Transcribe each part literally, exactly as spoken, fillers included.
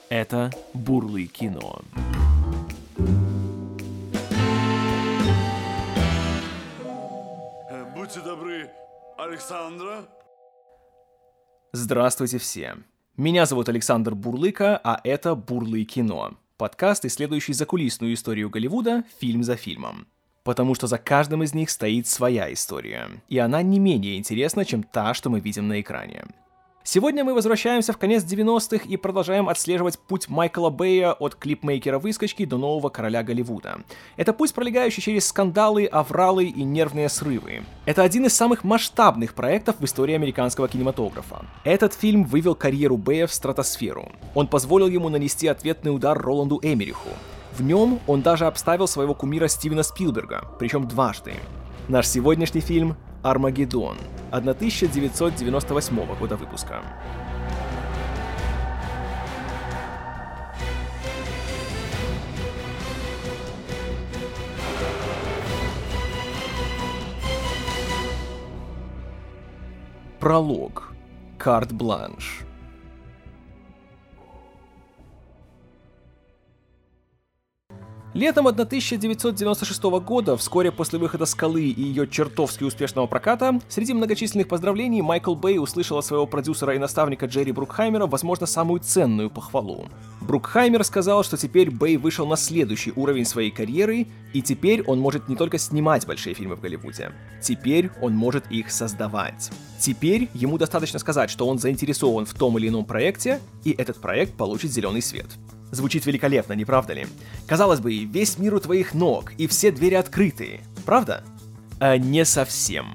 Это «Бурлы кино». Будьте добры, Александра. Здравствуйте все. Меня зовут Александр Бурлыка, а это «Бурлы кино». Подкаст, исследующий закулисную историю Голливуда фильм за фильмом. Потому что за каждым из них стоит своя история. И она не менее интересна, чем та, что мы видим на экране. Сегодня мы возвращаемся в конец девяностых и продолжаем отслеживать путь Майкла Бэя от клипмейкера-выскочки до нового короля Голливуда. Это путь, пролегающий через скандалы, авралы и нервные срывы. Это один из самых масштабных проектов в истории американского кинематографа. Этот фильм вывел карьеру Бэя в стратосферу. Он позволил ему нанести ответный удар Роланду Эммериху. В нем он даже обставил своего кумира Стивена Спилберга, причем дважды. Наш сегодняшний фильм «Армагеддон», тысяча девятьсот девяносто восьмого года выпуска. Пролог. Карт-бланш. Летом тысяча девятьсот девяносто шестого года, вскоре после выхода «Скалы» и ее чертовски успешного проката, среди многочисленных поздравлений Майкл Бэй услышал от своего продюсера и наставника Джерри Брукхаймера, возможно, самую ценную похвалу. Брукхаймер сказал, что теперь Бэй вышел на следующий уровень своей карьеры, и теперь он может не только снимать большие фильмы в Голливуде, теперь он может их создавать. Теперь ему достаточно сказать, что он заинтересован в том или ином проекте, и этот проект получит зеленый свет. Звучит великолепно, не правда ли? Казалось бы, весь мир у твоих ног, и все двери открыты. Правда? А не совсем.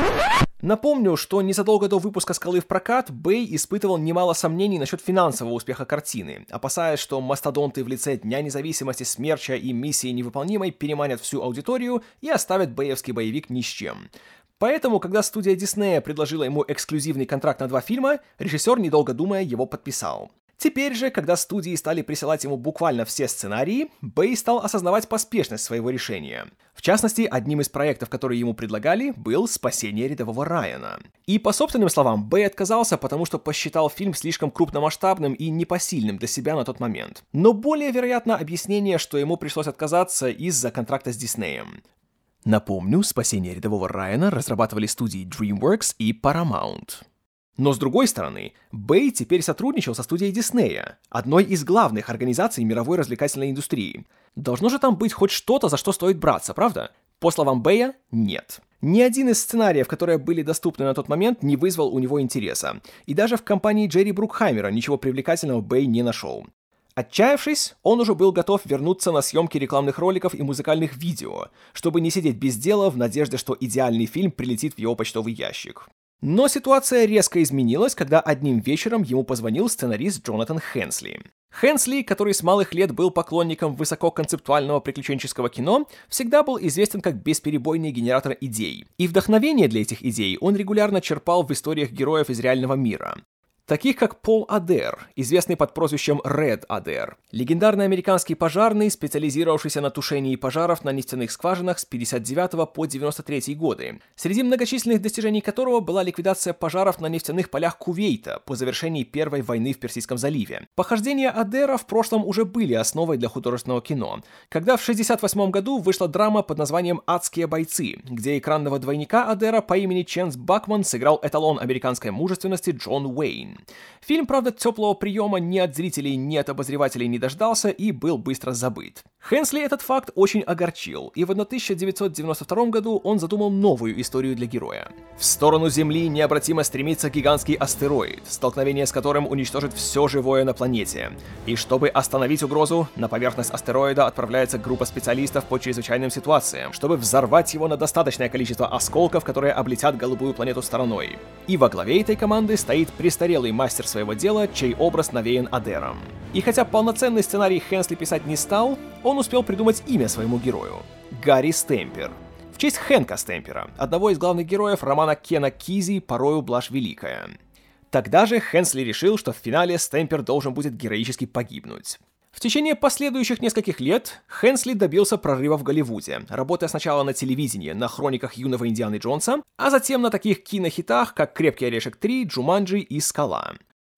Напомню, что незадолго до выпуска «Скалы» в прокат Бэй испытывал немало сомнений насчет финансового успеха картины, опасаясь, что мастодонты в лице Дня независимости, Смерча и Миссии невыполнимой переманят всю аудиторию и оставят бэевский боевик ни с чем. Поэтому, когда студия Диснея предложила ему эксклюзивный контракт на два фильма, режиссер, недолго думая, его подписал. Теперь же, когда студии стали присылать ему буквально все сценарии, Бэй стал осознавать поспешность своего решения. В частности, одним из проектов, которые ему предлагали, был «Спасение рядового Райана». И по собственным словам, Бэй отказался, потому что посчитал фильм слишком крупномасштабным и непосильным для себя на тот момент. Но более вероятно объяснение, что ему пришлось отказаться из-за контракта с Диснеем. Напомню, «Спасение рядового Райана» разрабатывали студии DreamWorks и Paramount. Но с другой стороны, Бэй теперь сотрудничал со студией Диснея, одной из главных организаций мировой развлекательной индустрии. Должно же там быть хоть что-то, за что стоит браться, правда? По словам Бэя, нет. Ни один из сценариев, которые были доступны на тот момент, не вызвал у него интереса. И даже в компании Джерри Брукхаймера ничего привлекательного Бэй не нашел. Отчаявшись, он уже был готов вернуться на съемки рекламных роликов и музыкальных видео, чтобы не сидеть без дела в надежде, что идеальный фильм прилетит в его почтовый ящик. Но ситуация резко изменилась, когда одним вечером ему позвонил сценарист Джонатан Хенсли. Хенсли, который с малых лет был поклонником высококонцептуального приключенческого кино, всегда был известен как бесперебойный генератор идей. И вдохновение для этих идей он регулярно черпал в историях героев из реального мира. Таких как Пол Адер, известный под прозвищем Ред Адер, легендарный американский пожарный, специализировавшийся на тушении пожаров на нефтяных скважинах с пятьдесят девятого по девяносто третий годы, среди многочисленных достижений которого была ликвидация пожаров на нефтяных полях Кувейта по завершении Первой войны в Персидском заливе. Похождения Адера в прошлом уже были основой для художественного кино, когда в шестьдесят восьмом году вышла драма под названием «Адские бойцы», где экранного двойника Адера по имени Ченс Бакман сыграл эталон американской мужественности Джон Уэйн. Фильм, правда, теплого приема ни от зрителей, ни от обозревателей не дождался и был быстро забыт. Хенсли этот факт очень огорчил, и в тысяча девятьсот девяносто втором году он задумал новую историю для героя. В сторону Земли необратимо стремится гигантский астероид, столкновение с которым уничтожит все живое на планете. И чтобы остановить угрозу, на поверхность астероида отправляется группа специалистов по чрезвычайным ситуациям, чтобы взорвать его на достаточное количество осколков, которые облетят голубую планету стороной. И во главе этой команды стоит престарелый мастер своего дела, чей образ навеян Адером. И хотя полноценный сценарий Хенсли писать не стал, он успел придумать имя своему герою — Гарри Стэмпер. В честь Хэнка Стэмпера, одного из главных героев романа Кена Кизи «Порою блажь великая». Тогда же Хенсли решил, что в финале Стэмпер должен будет героически погибнуть. В течение последующих нескольких лет Хенсли добился прорыва в Голливуде, работая сначала на телевидении, на хрониках юного Индианы Джонса, а затем на таких кинохитах, как «Крепкий орешек три», «Джуманджи» и «Скала».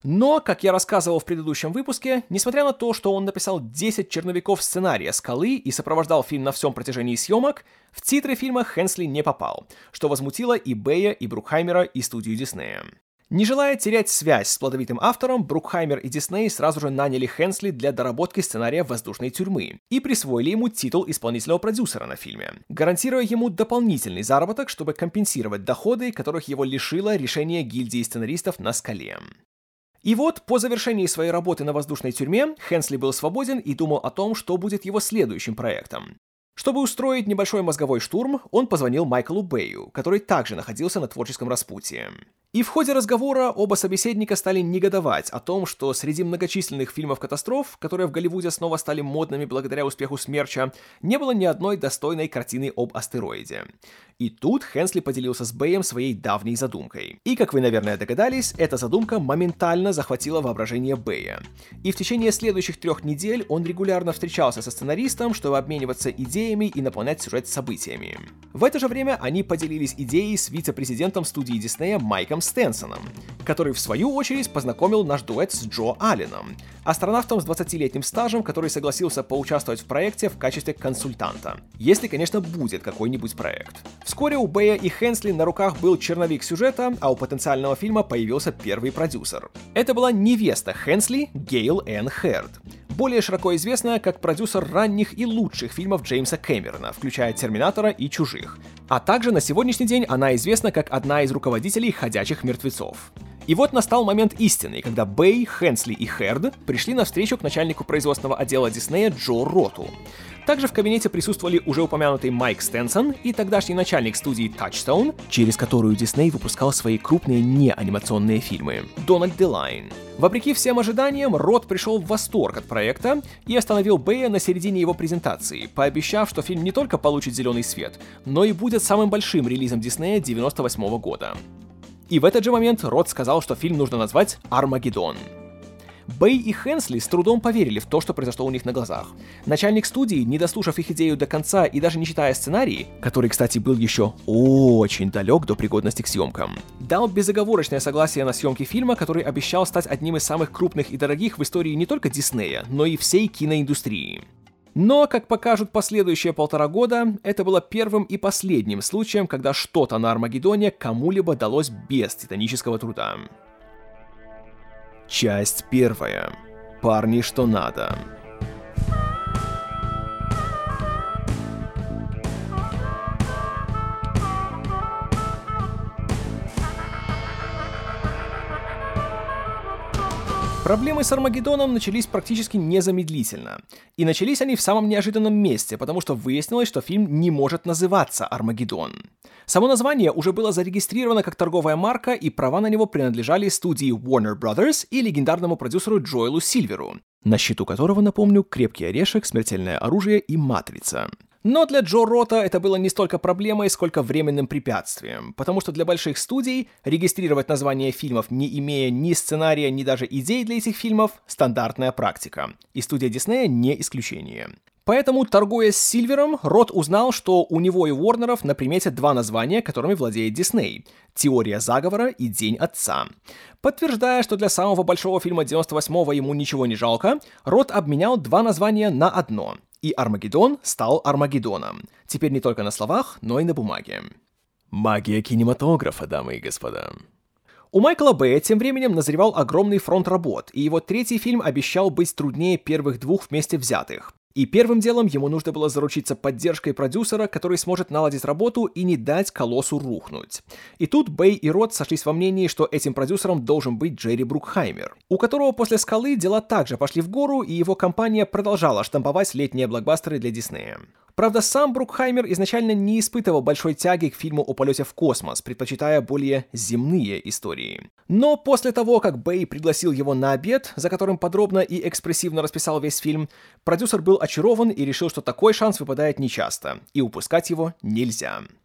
Но, как я рассказывал в предыдущем выпуске, несмотря на то, что он написал десять черновиков сценария «Скалы» и сопровождал фильм на всем протяжении съемок, в титры фильма Хенсли не попал, что возмутило и Бэя, и Брукхаймера, и студию Диснея. Не желая терять связь с плодовитым автором, Брукхаймер и Дисней сразу же наняли Хенсли для доработки сценария «Воздушной тюрьмы» и присвоили ему титул исполнительного продюсера на фильме, гарантируя ему дополнительный заработок, чтобы компенсировать доходы, которых его лишило решение гильдии сценаристов на «Скале». И вот, по завершении своей работы на «Воздушной тюрьме», Хенсли был свободен и думал о том, что будет его следующим проектом. Чтобы устроить небольшой мозговой штурм, он позвонил Майклу Бэю, который также находился на творческом распутье. И в ходе разговора оба собеседника стали негодовать о том, что среди многочисленных фильмов-катастроф, которые в Голливуде снова стали модными благодаря успеху «Смерча», не было ни одной достойной картины об астероиде. И тут Хенсли поделился с Бэем своей давней задумкой. И, как вы, наверное, догадались, эта задумка моментально захватила воображение Бэя. И в течение следующих трех недель он регулярно встречался со сценаристом, чтобы обмениваться идеями и наполнять сюжет событиями. В это же время они поделились идеей с вице-президентом студии Диснея Майком Стенсоном, который в свою очередь познакомил наш дуэт с Джо Алленом, астронавтом с двадцатилетним стажем, который согласился поучаствовать в проекте в качестве консультанта. Если, конечно, будет какой-нибудь проект. Вскоре у Бэя и Хенсли на руках был черновик сюжета, а у потенциального фильма появился первый продюсер. Это была невеста Хенсли, Гейл Энн Хэрд, более широко известная как продюсер ранних и лучших фильмов Джеймса Кэмерона, включая «Терминатора» и «Чужих». А также на сегодняшний день она известна как одна из руководителей «Ходячих мертвецов». И вот настал момент истины, когда Бэй, Хенсли и Хэрд пришли на встречу к начальнику производственного отдела Диснея Джо Роту. Также в кабинете присутствовали уже упомянутый Майк Стенсон и тогдашний начальник студии Touchstone, через которую Дисней выпускал свои крупные неанимационные фильмы, Дональд Делайн. Вопреки всем ожиданиям, Рот пришел в восторг от проекта и остановил Бэя на середине его презентации, пообещав, что фильм не только получит зеленый свет, но и будет самым большим релизом Диснея девяносто восьмого года. И в этот же момент Рот сказал, что фильм нужно назвать «Армагеддон». Бэй и Хенсли с трудом поверили в то, что произошло у них на глазах. Начальник студии, не дослушав их идею до конца и даже не читая сценарий, который, кстати, был еще очень далек до пригодности к съемкам, дал безоговорочное согласие на съемки фильма, который обещал стать одним из самых крупных и дорогих в истории не только Диснея, но и всей киноиндустрии. Но, как покажут последующие полтора года, это было первым и последним случаем, когда что-то на Армагеддоне кому-либо далось без титанического труда. Часть первая. Парни, что надо. Проблемы с Армагеддоном начались практически незамедлительно. И начались они в самом неожиданном месте, потому что выяснилось, что фильм не может называться «Армагеддон». Само название уже было зарегистрировано как торговая марка, и права на него принадлежали студии Warner Brothers и легендарному продюсеру Джоэлу Сильверу, на счету которого, напомню, «Крепкий орешек», «Смертельное оружие» и «Матрица». Но для Джо Рота это было не столько проблемой, сколько временным препятствием, потому что для больших студий регистрировать названия фильмов, не имея ни сценария, ни даже идей для этих фильмов, стандартная практика, и студия Диснея не исключение. Поэтому, торгуясь с Сильвером, Рот узнал, что у него и Уорнеров на примете два названия, которыми владеет Дисней — «Теория заговора» и «День отца». Подтверждая, что для самого большого фильма девяносто восьмого ему ничего не жалко, Рот обменял два названия на одно — и «Армагеддон» стал «Армагеддоном». Теперь не только на словах, но и на бумаге. Магия кинематографа, дамы и господа. У Майкла Бэя тем временем назревал огромный фронт работ, и его третий фильм обещал быть труднее первых двух вместе взятых. И первым делом ему нужно было заручиться поддержкой продюсера, который сможет наладить работу и не дать колоссу рухнуть. И тут Бэй и Рот сошлись во мнении, что этим продюсером должен быть Джерри Брукхаймер, у которого после «Скалы» дела также пошли в гору, и его компания продолжала штамповать летние блокбастеры для Диснея. Правда, сам Брукхаймер изначально не испытывал большой тяги к фильму о полете в космос, предпочитая более земные истории. Но после того, как Бэй пригласил его на обед, за которым подробно и экспрессивно расписал весь фильм, продюсер был очарован и решил, что такой шанс выпадает нечасто, и упускать его нельзя.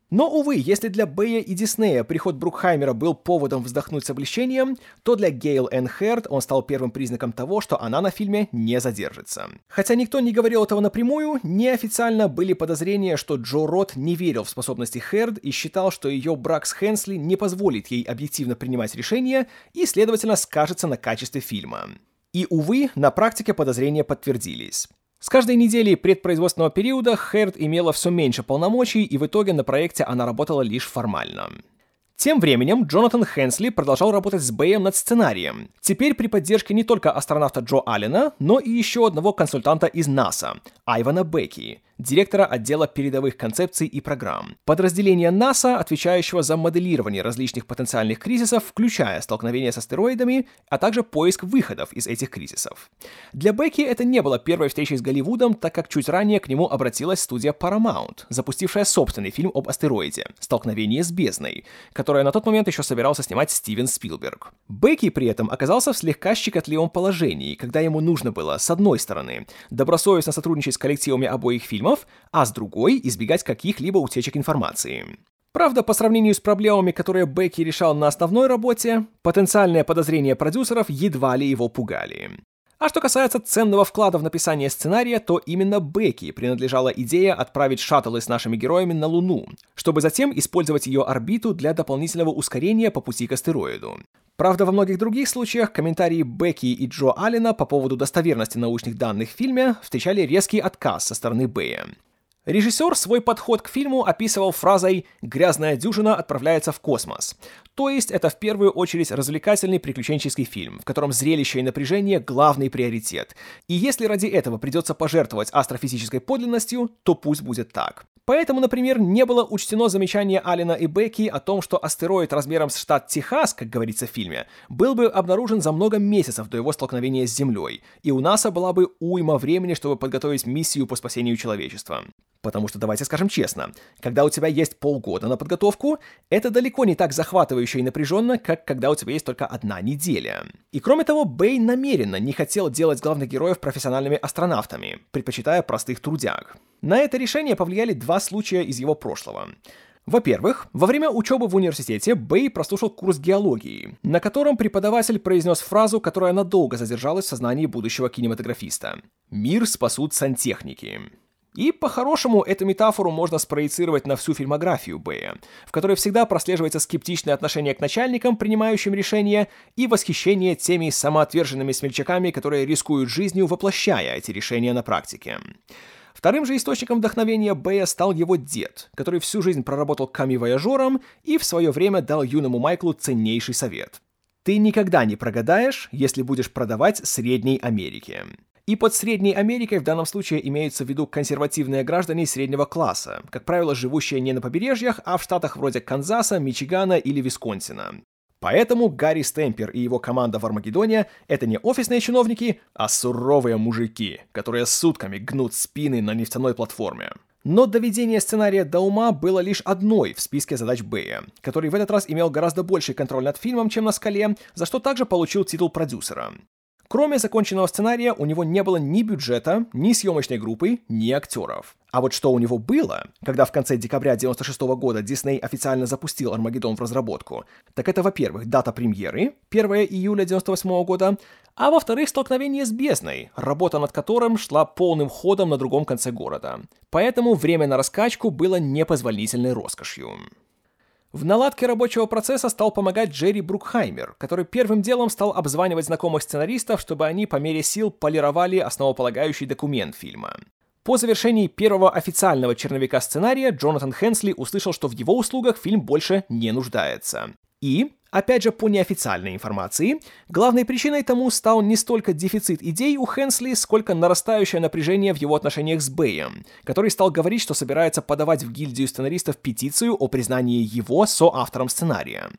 Но, увы, если для Бэя и Диснея приход Брукхаймера был поводом вздохнуть с облегчением, то для Гейл Энн Херд он стал первым признаком того, что она на фильме не задержится. Хотя никто не говорил этого напрямую, неофициально были подозрения, что Джо Рот не верил в способности Херд и считал, что ее брак с Хенсли не позволит ей объективно принимать решения и, следовательно, скажется на качестве фильма. И, увы, на практике подозрения подтвердились. С каждой неделей предпроизводственного периода Херд имела все меньше полномочий, и в итоге на проекте она работала лишь формально. Тем временем Джонатан Хенсли продолжал работать с Бэем над сценарием, теперь при поддержке не только астронавта Джо Аллена, но и еще одного консультанта из НАСА, Айвана Бекки, директора отдела передовых концепций и программ, подразделения НАСА, отвечающего за моделирование различных потенциальных кризисов, включая столкновения с астероидами, а также поиск выходов из этих кризисов. Для Бекки это не было первой встречей с Голливудом, так как чуть ранее к нему обратилась студия Paramount, запустившая собственный фильм об астероиде «Столкновение с бездной», которое на тот момент еще собирался снимать Стивен Спилберг. Бекки при этом оказался в слегка щекотливом положении, когда ему нужно было, с одной стороны, добросовестно сотрудничать с коллективами обоих фильмов, а с другой — избегать каких-либо утечек информации. Правда, по сравнению с проблемами, которые Бекки решал на основной работе, потенциальные подозрения продюсеров едва ли его пугали. А что касается ценного вклада в написание сценария, то именно Бекки принадлежала идея отправить шаттлы с нашими героями на Луну, чтобы затем использовать ее орбиту для дополнительного ускорения по пути к астероиду. Правда, во многих других случаях комментарии Бекки и Джо Аллена по поводу достоверности научных данных в фильме встречали резкий отказ со стороны Бэя. Режиссер свой подход к фильму описывал фразой «грязная дюжина отправляется в космос». То есть это в первую очередь развлекательный приключенческий фильм, в котором зрелище и напряжение — главный приоритет. И если ради этого придется пожертвовать астрофизической подлинностью, то пусть будет так. Поэтому, например, не было учтено замечание Аллена и Бекки о том, что астероид размером с штат Техас, как говорится в фильме, был бы обнаружен за много месяцев до его столкновения с Землей, и у НАСА была бы уйма времени, чтобы подготовить миссию по спасению человечества. Потому что, давайте скажем честно, когда у тебя есть полгода на подготовку, это далеко не так захватывающе и напряженно, как когда у тебя есть только одна неделя. И кроме того, Бэй намеренно не хотел делать главных героев профессиональными астронавтами, предпочитая простых трудяг. На это решение повлияли два случая из его прошлого. Во-первых, во время учебы в университете Бэй прослушал курс геологии, на котором преподаватель произнес фразу, которая надолго задержалась в сознании будущего кинематографиста. «Мир спасут сантехники». И, по-хорошему, эту метафору можно спроецировать на всю фильмографию Бэя, в которой всегда прослеживается скептичное отношение к начальникам, принимающим решения, и восхищение теми самоотверженными смельчаками, которые рискуют жизнью, воплощая эти решения на практике. Вторым же источником вдохновения Бэя стал его дед, который всю жизнь проработал камивояжером и в свое время дал юному Майклу ценнейший совет. «Ты никогда не прогадаешь, если будешь продавать Средней Америке». И под Средней Америкой в данном случае имеются в виду консервативные граждане среднего класса, как правило, живущие не на побережьях, а в штатах вроде Канзаса, Мичигана или Висконсина. Поэтому Гарри Стэмпер и его команда в Армагеддоне — это не офисные чиновники, а суровые мужики, которые сутками гнут спины на нефтяной платформе. Но доведение сценария до ума было лишь одной в списке задач Бэя, который в этот раз имел гораздо больший контроль над фильмом, чем на «Скале», за что также получил титул продюсера. Кроме законченного сценария, у него не было ни бюджета, ни съемочной группы, ни актеров. А вот что у него было, когда в конце декабря девяносто шестого года Дисней официально запустил «Армагеддон» в разработку, так это, во-первых, дата премьеры, первого июля девяносто восьмого года, а во-вторых, столкновение с бездной, работа над которым шла полным ходом на другом конце города. Поэтому время на раскачку было непозволительной роскошью. В наладке рабочего процесса стал помогать Джерри Брукхаймер, который первым делом стал обзванивать знакомых сценаристов, чтобы они по мере сил полировали основополагающий документ фильма. По завершении первого официального черновика сценария Джонатан Хенсли услышал, что в его услугах фильм больше не нуждается. И, опять же, по неофициальной информации, главной причиной тому стал не столько дефицит идей у Хенсли, сколько нарастающее напряжение в его отношениях с Бэем, который стал говорить, что собирается подавать в гильдию сценаристов петицию о признании его соавтором сценария.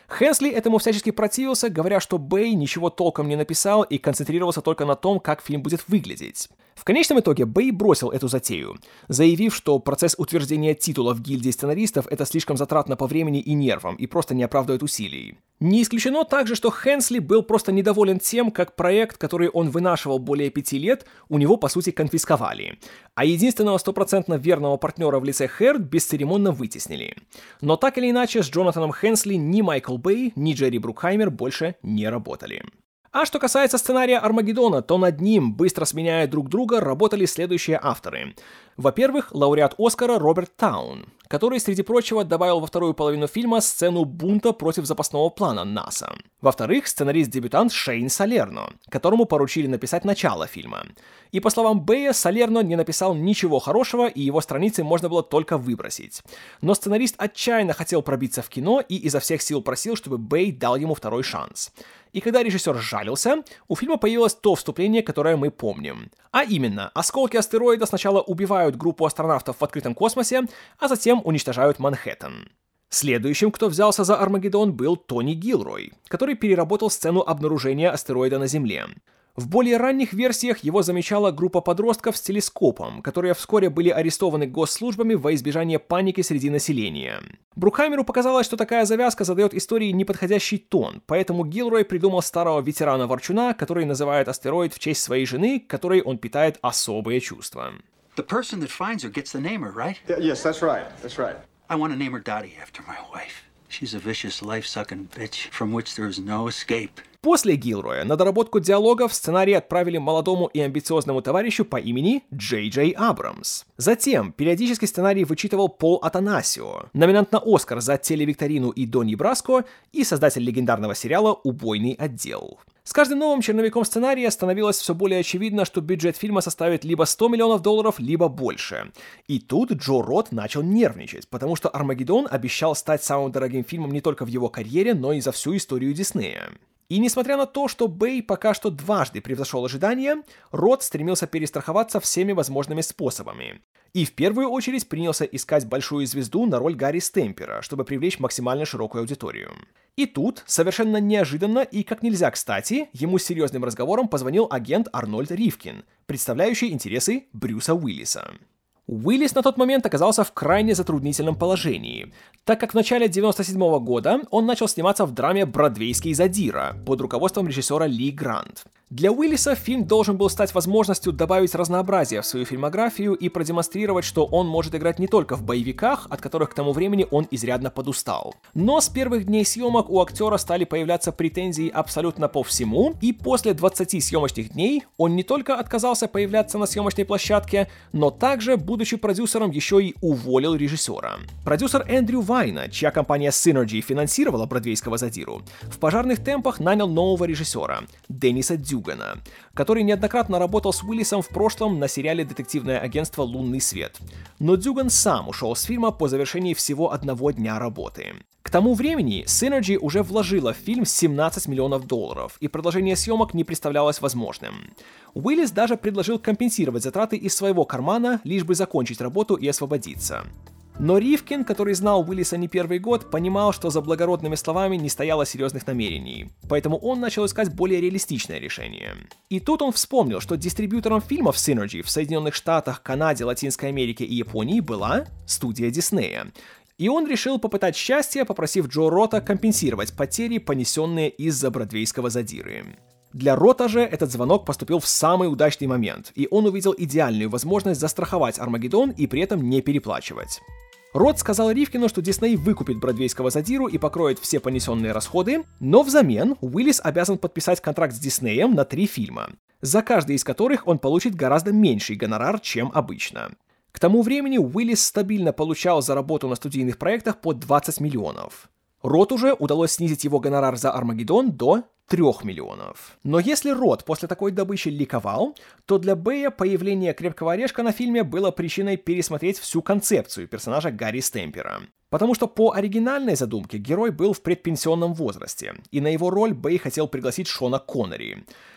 Хенсли этому всячески противился, говоря, что Бэй ничего толком не написал и концентрировался только на том, как фильм будет выглядеть. В конечном итоге Бэй бросил эту затею, заявив, что процесс утверждения титула в гильдии сценаристов это слишком затратно по времени и нервам и просто не оправдывает усилий. Не исключено также, что Хенсли был просто недоволен тем, как проект, который он вынашивал более пяти лет, у него по сути конфисковали, а единственного стопроцентно верного партнера в лице Хэрд бесцеремонно вытеснили. Но так или иначе, с Джонатаном Хенсли ни Майкл Бэй, ни Джерри Брукхаймер больше не работали. А что касается сценария «Армагеддона», то над ним, быстро сменяя друг друга, работали следующие авторы. Во-первых, лауреат Оскара Роберт Таун, который, среди прочего, добавил во вторую половину фильма сцену бунта против запасного плана НАСА. Во-вторых, сценарист-дебютант Шейн Салерно, которому поручили написать начало фильма. И по словам Бэя, Салерно не написал ничего хорошего, и его страницы можно было только выбросить. Но сценарист отчаянно хотел пробиться в кино и изо всех сил просил, чтобы Бэй дал ему второй шанс. И когда режиссер сжалился, у фильма появилось то вступление, которое мы помним. А именно, осколки астероида сначала убивают группу астронавтов в открытом космосе, а затем уничтожают Манхэттен. Следующим, кто взялся за Армагеддон, был Тони Гилрой, который переработал сцену обнаружения астероида на Земле. В более ранних версиях его замечала группа подростков с телескопом, которые вскоре были арестованы госслужбами во избежание паники среди населения. Брукхаймеру показалось, что такая завязка задает истории неподходящий тон, поэтому Гилрой придумал старого ветерана-ворчуна, который называет астероид в честь своей жены, к которой он питает особые чувства. The person that finds her gets the name her, right? Yeah, yes, that's right. That's right. I want to name her Dottie after my wife. She's a vicious, life-sucking bitch from which there is no escape. После Гилроя на доработку диалогов сценарий отправили молодому и амбициозному товарищу по имени Джей Джей Абрамс. Затем периодически сценарий вычитывал Пол Атанасио, номинант на Оскар за телевикторину и Донни Браско и создатель легендарного сериала «Убойный отдел». С каждым новым черновиком сценария становилось все более очевидно, что бюджет фильма составит либо сто миллионов долларов, либо больше. И тут Джо Рот начал нервничать, потому что «Армагеддон» обещал стать самым дорогим фильмом не только в его карьере, но и за всю историю Диснея. И несмотря на то, что Бэй пока что дважды превзошел ожидания, Рот стремился перестраховаться всеми возможными способами. И в первую очередь принялся искать большую звезду на роль Гарри Стемпера, чтобы привлечь максимально широкую аудиторию. И тут, совершенно неожиданно и как нельзя кстати, ему с серьезным разговором позвонил агент Арнольд Ривкин, представляющий интересы Брюса Уиллиса. Уиллис на тот момент оказался в крайне затруднительном положении, так как в начале девяносто седьмого года он начал сниматься в драме «Бродвейский задира» под руководством режиссера Ли Грант. Для Уиллиса фильм должен был стать возможностью добавить разнообразия в свою фильмографию и продемонстрировать, что он может играть не только в боевиках, от которых к тому времени он изрядно подустал. Но с первых дней съемок у актера стали появляться претензии абсолютно по всему, и после двадцати съемочных дней он не только отказался появляться на съемочной площадке, но также, будучи продюсером, еще и уволил режиссера. Продюсер Эндрю Вайна, чья компания Synergy финансировала «Бродвейского задиру», в пожарных темпах нанял нового режиссера, Денниса Дюгана, который неоднократно работал с Уиллисом в прошлом на сериале «Детективное агентство Лунный свет». Но Дюган сам ушел с фильма по завершении всего одного дня работы. К тому времени Synergy уже вложила в фильм семнадцать миллионов долларов, и продолжение съемок не представлялось возможным. Уиллис даже предложил компенсировать затраты из своего кармана, лишь бы закончить работу и освободиться. Но Ривкин, который знал Уиллиса не первый год, понимал, что за благородными словами не стояло серьезных намерений, поэтому он начал искать более реалистичное решение. И тут он вспомнил, что дистрибьютором фильмов Synergy в Соединенных Штатах, Канаде, Латинской Америке и Японии была студия Диснея. И он решил попытать счастье, попросив Джо Рота компенсировать потери, понесенные из-за бродвейского задиры. Для Рота же этот звонок поступил в самый удачный момент, и он увидел идеальную возможность застраховать Армагеддон и при этом не переплачивать. Рот сказал Ривкину, что Дисней выкупит бродвейского задиру и покроет все понесенные расходы, но взамен Уиллис обязан подписать контракт с Диснеем на три фильма, за каждый из которых он получит гораздо меньший гонорар, чем обычно. К тому времени Уиллис стабильно получал за работу на студийных проектах по двадцать миллионов. Роту же удалось снизить его гонорар за Армагеддон до трех миллионов. Но если Рот после такой добычи ликовал, то для Бэя появление «Крепкого орешка» на фильме было причиной пересмотреть всю концепцию персонажа Гарри Стемпера. Потому что по оригинальной задумке герой был в предпенсионном возрасте, и на его роль Бэй хотел пригласить Шона Коннери.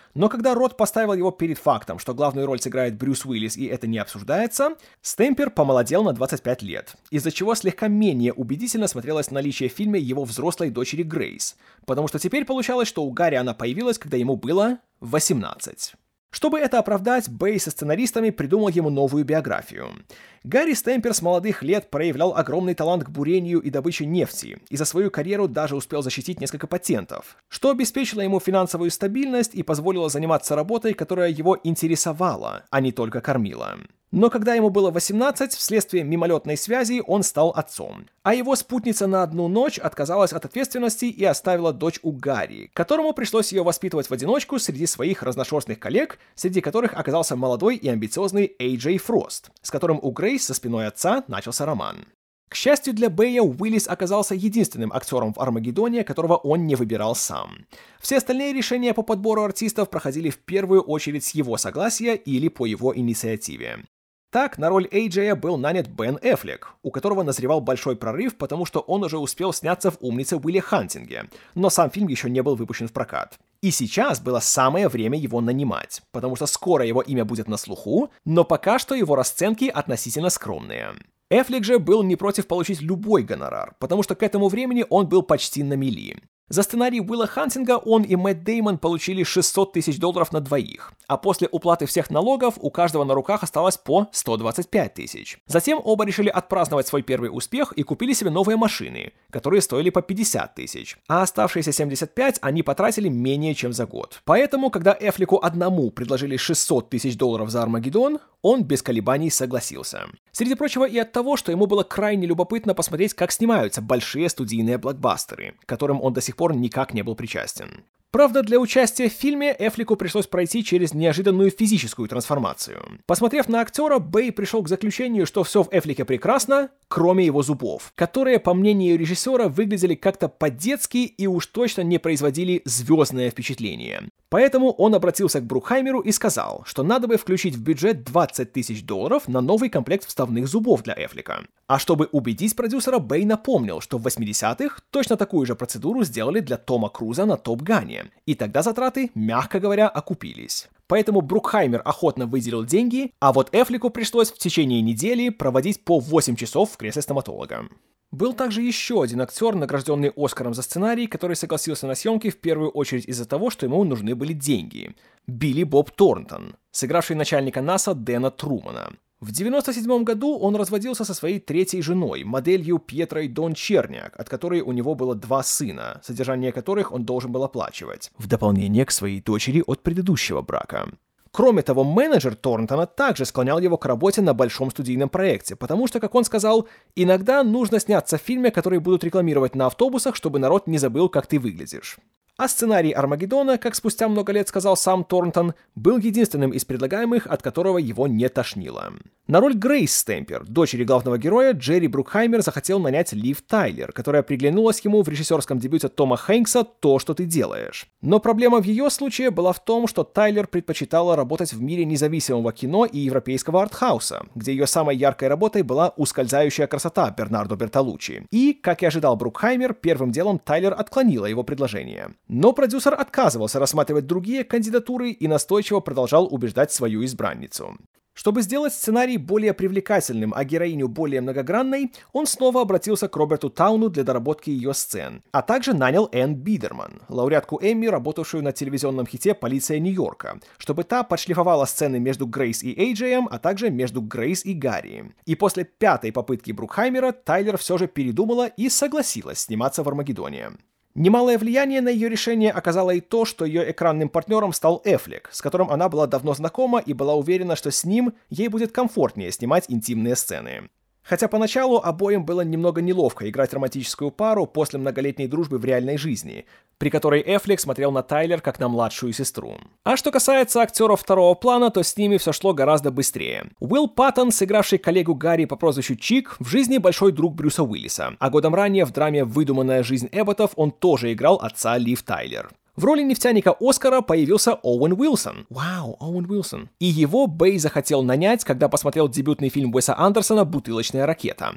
Но когда Рот поставил его перед фактом, что главную роль сыграет Брюс Уиллис и это не обсуждается, Стэмпер помолодел на двадцать пять лет, из-за чего слегка менее убедительно смотрелось наличие в фильме его взрослой дочери Грейс, потому что теперь получалось, что у Гарри она появилась, когда ему было восемнадцать. Чтобы это оправдать, Бэй со сценаристами придумал ему новую биографию. Гарри Стэмпер с молодых лет проявлял огромный талант к бурению и добыче нефти, и за свою карьеру даже успел защитить несколько патентов, что обеспечило ему финансовую стабильность и позволило заниматься работой, которая его интересовала, а не только кормила. Но когда ему было восемнадцать, вследствие мимолетной связи он стал отцом, а его спутница на одну ночь отказалась от ответственности и оставила дочь у Гарри, которому пришлось ее воспитывать в одиночку среди своих разношерстных коллег, среди которых оказался молодой и амбициозный Эй Джей Фрост, с которым у Грейс со спиной отца начался роман. К счастью для Бэя, Уиллис оказался единственным актером в «Армагеддоне», которого он не выбирал сам. Все остальные решения по подбору артистов проходили в первую очередь с его согласия или по его инициативе. Так, на роль Эй Джея был нанят Бен Эффлек, у которого назревал большой прорыв, потому что он уже успел сняться в «Умнице Уилли Хантинге», но сам фильм еще не был выпущен в прокат. И сейчас было самое время его нанимать, потому что скоро его имя будет на слуху, но пока что его расценки относительно скромные. Эффлек же был не против получить любой гонорар, потому что к этому времени он был почти на мели. За сценарий Уилла Хантинга он и Мэтт Дэймон получили шестьсот тысяч долларов на двоих, а после уплаты всех налогов у каждого на руках осталось по сто двадцать пять тысяч. Затем оба решили отпраздновать свой первый успех и купили себе новые машины, которые стоили по пятьдесят тысяч, а оставшиеся семьдесят пять они потратили менее чем за год. Поэтому, когда Эффлеку одному предложили шестьсот тысяч долларов за «Армагеддон», он без колебаний согласился. Среди прочего и от того, что ему было крайне любопытно посмотреть, как снимаются большие студийные блокбастеры, к которым он до сих пор никак не был причастен. Правда, для участия в фильме Эффлеку пришлось пройти через неожиданную физическую трансформацию. Посмотрев на актера, Бэй пришел к заключению, что все в Эффлеке прекрасно, кроме его зубов, которые, по мнению режиссера, выглядели как-то по-детски и уж точно не производили звездное впечатление. Поэтому он обратился к Брукхаймеру и сказал, что надо бы включить в бюджет двадцать тысяч долларов на новый комплект вставных зубов для Эффлека. А чтобы убедить продюсера, Бэй напомнил, что в восьмидесятых точно такую же процедуру сделали для Тома Круза на Топ Гане, и тогда затраты, мягко говоря, окупились. Поэтому Брукхаймер охотно выделил деньги, а вот Эффлеку пришлось в течение недели проводить по восемь часов в кресле стоматолога. Был также еще один актер, награжденный Оскаром за сценарий, который согласился на съемки в первую очередь из-за того, что ему нужны были деньги. Билли Боб Торнтон, сыгравший начальника НАСА Дэна Трумана. В девяносто седьмом году он разводился со своей третьей женой, моделью Пьетрой Дон Черняк, от которой у него было два сына, содержание которых он должен был оплачивать, в дополнение к своей дочери от предыдущего брака. Кроме того, менеджер Торнтона также склонял его к работе на большом студийном проекте, потому что, как он сказал, иногда нужно сняться в фильме, который будут рекламировать на автобусах, чтобы народ не забыл, как ты выглядишь. А сценарий «Армагеддона», как спустя много лет сказал сам Торнтон, был единственным из предлагаемых, от которого его не тошнило. На роль Грейс Стэмпер, дочери главного героя, Джерри Брукхаймер захотел нанять Лив Тайлер, которая приглянулась ему в режиссерском дебюте Тома Хэнкса «То, что ты делаешь». Но проблема в ее случае была в том, что Тайлер предпочитала работать в мире независимого кино и европейского артхауса, где ее самой яркой работой была «Ускользающая красота» Бернардо Бертолуччи. И, как и ожидал Брукхаймер, первым делом Тайлер отклонила его предложение. Но продюсер отказывался рассматривать другие кандидатуры и настойчиво продолжал убеждать свою избранницу. Чтобы сделать сценарий более привлекательным, а героиню более многогранной, он снова обратился к Роберту Тауну для доработки ее сцен, а также нанял Энн Бидерман, лауреатку Эмми, работавшую на телевизионном хите «Полиция Нью-Йорка», чтобы та подшлифовала сцены между Грейс и Эй Джеем, а также между Грейс и Гарри. И после пятой попытки Брукхаймера Тайлер все же передумала и согласилась сниматься в «Армагеддоне». Немалое влияние на ее решение оказало и то, что ее экранным партнером стал Эффлек, с которым она была давно знакома и была уверена, что с ним ей будет комфортнее снимать интимные сцены. Хотя поначалу обоим было немного неловко играть романтическую пару после многолетней дружбы в реальной жизни, при которой Эффлек смотрел на Тайлер как на младшую сестру. А что касается актеров второго плана, то с ними все шло гораздо быстрее. Уилл Паттон, сыгравший коллегу Гарри по прозвищу Чик, в жизни большой друг Брюса Уиллиса, а годом ранее в драме «Выдуманная жизнь Эбботов» он тоже играл отца Лив Тайлер. В роли нефтяника Оскара появился Оуэн Уилсон. Вау, Оуэн Уилсон. И его Бэй захотел нанять, когда посмотрел дебютный фильм Уэса Андерсона «Бутылочная ракета».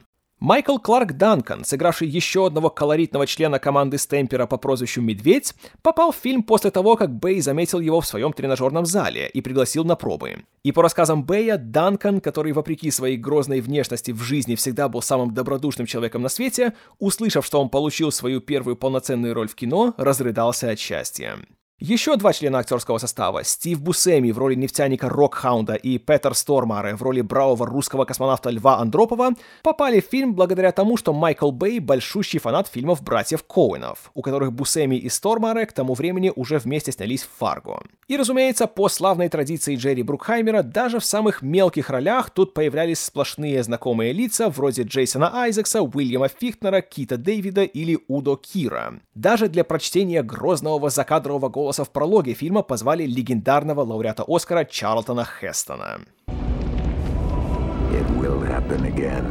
Майкл Кларк Данкан, сыгравший еще одного колоритного члена команды Стэмпера по прозвищу «Медведь», попал в фильм после того, как Бэй заметил его в своем тренажерном зале и пригласил на пробы. И по рассказам Бэя, Данкан, который вопреки своей грозной внешности в жизни всегда был самым добродушным человеком на свете, услышав, что он получил свою первую полноценную роль в кино, разрыдался от счастья. Еще два члена актерского состава, Стив Бусеми в роли нефтяника Рокхаунда и Петер Стормаре в роли бравого русского космонавта Льва Андропова, попали в фильм благодаря тому, что Майкл Бэй большущий фанат фильмов братьев Коуэнов, у которых Бусеми и Стормаре к тому времени уже вместе снялись в «Фарго». И, разумеется, по славной традиции Джерри Брукхаймера, даже в самых мелких ролях тут появлялись сплошные знакомые лица вроде Джейсона Айзекса, Уильяма Фихтнера, Кита Дэвида или Удо Кира. Даже для прочтения грозного закадрового голоса в прологе фильма позвали легендарного лауреата Оскара Чарлтона Хестона. It will happen again.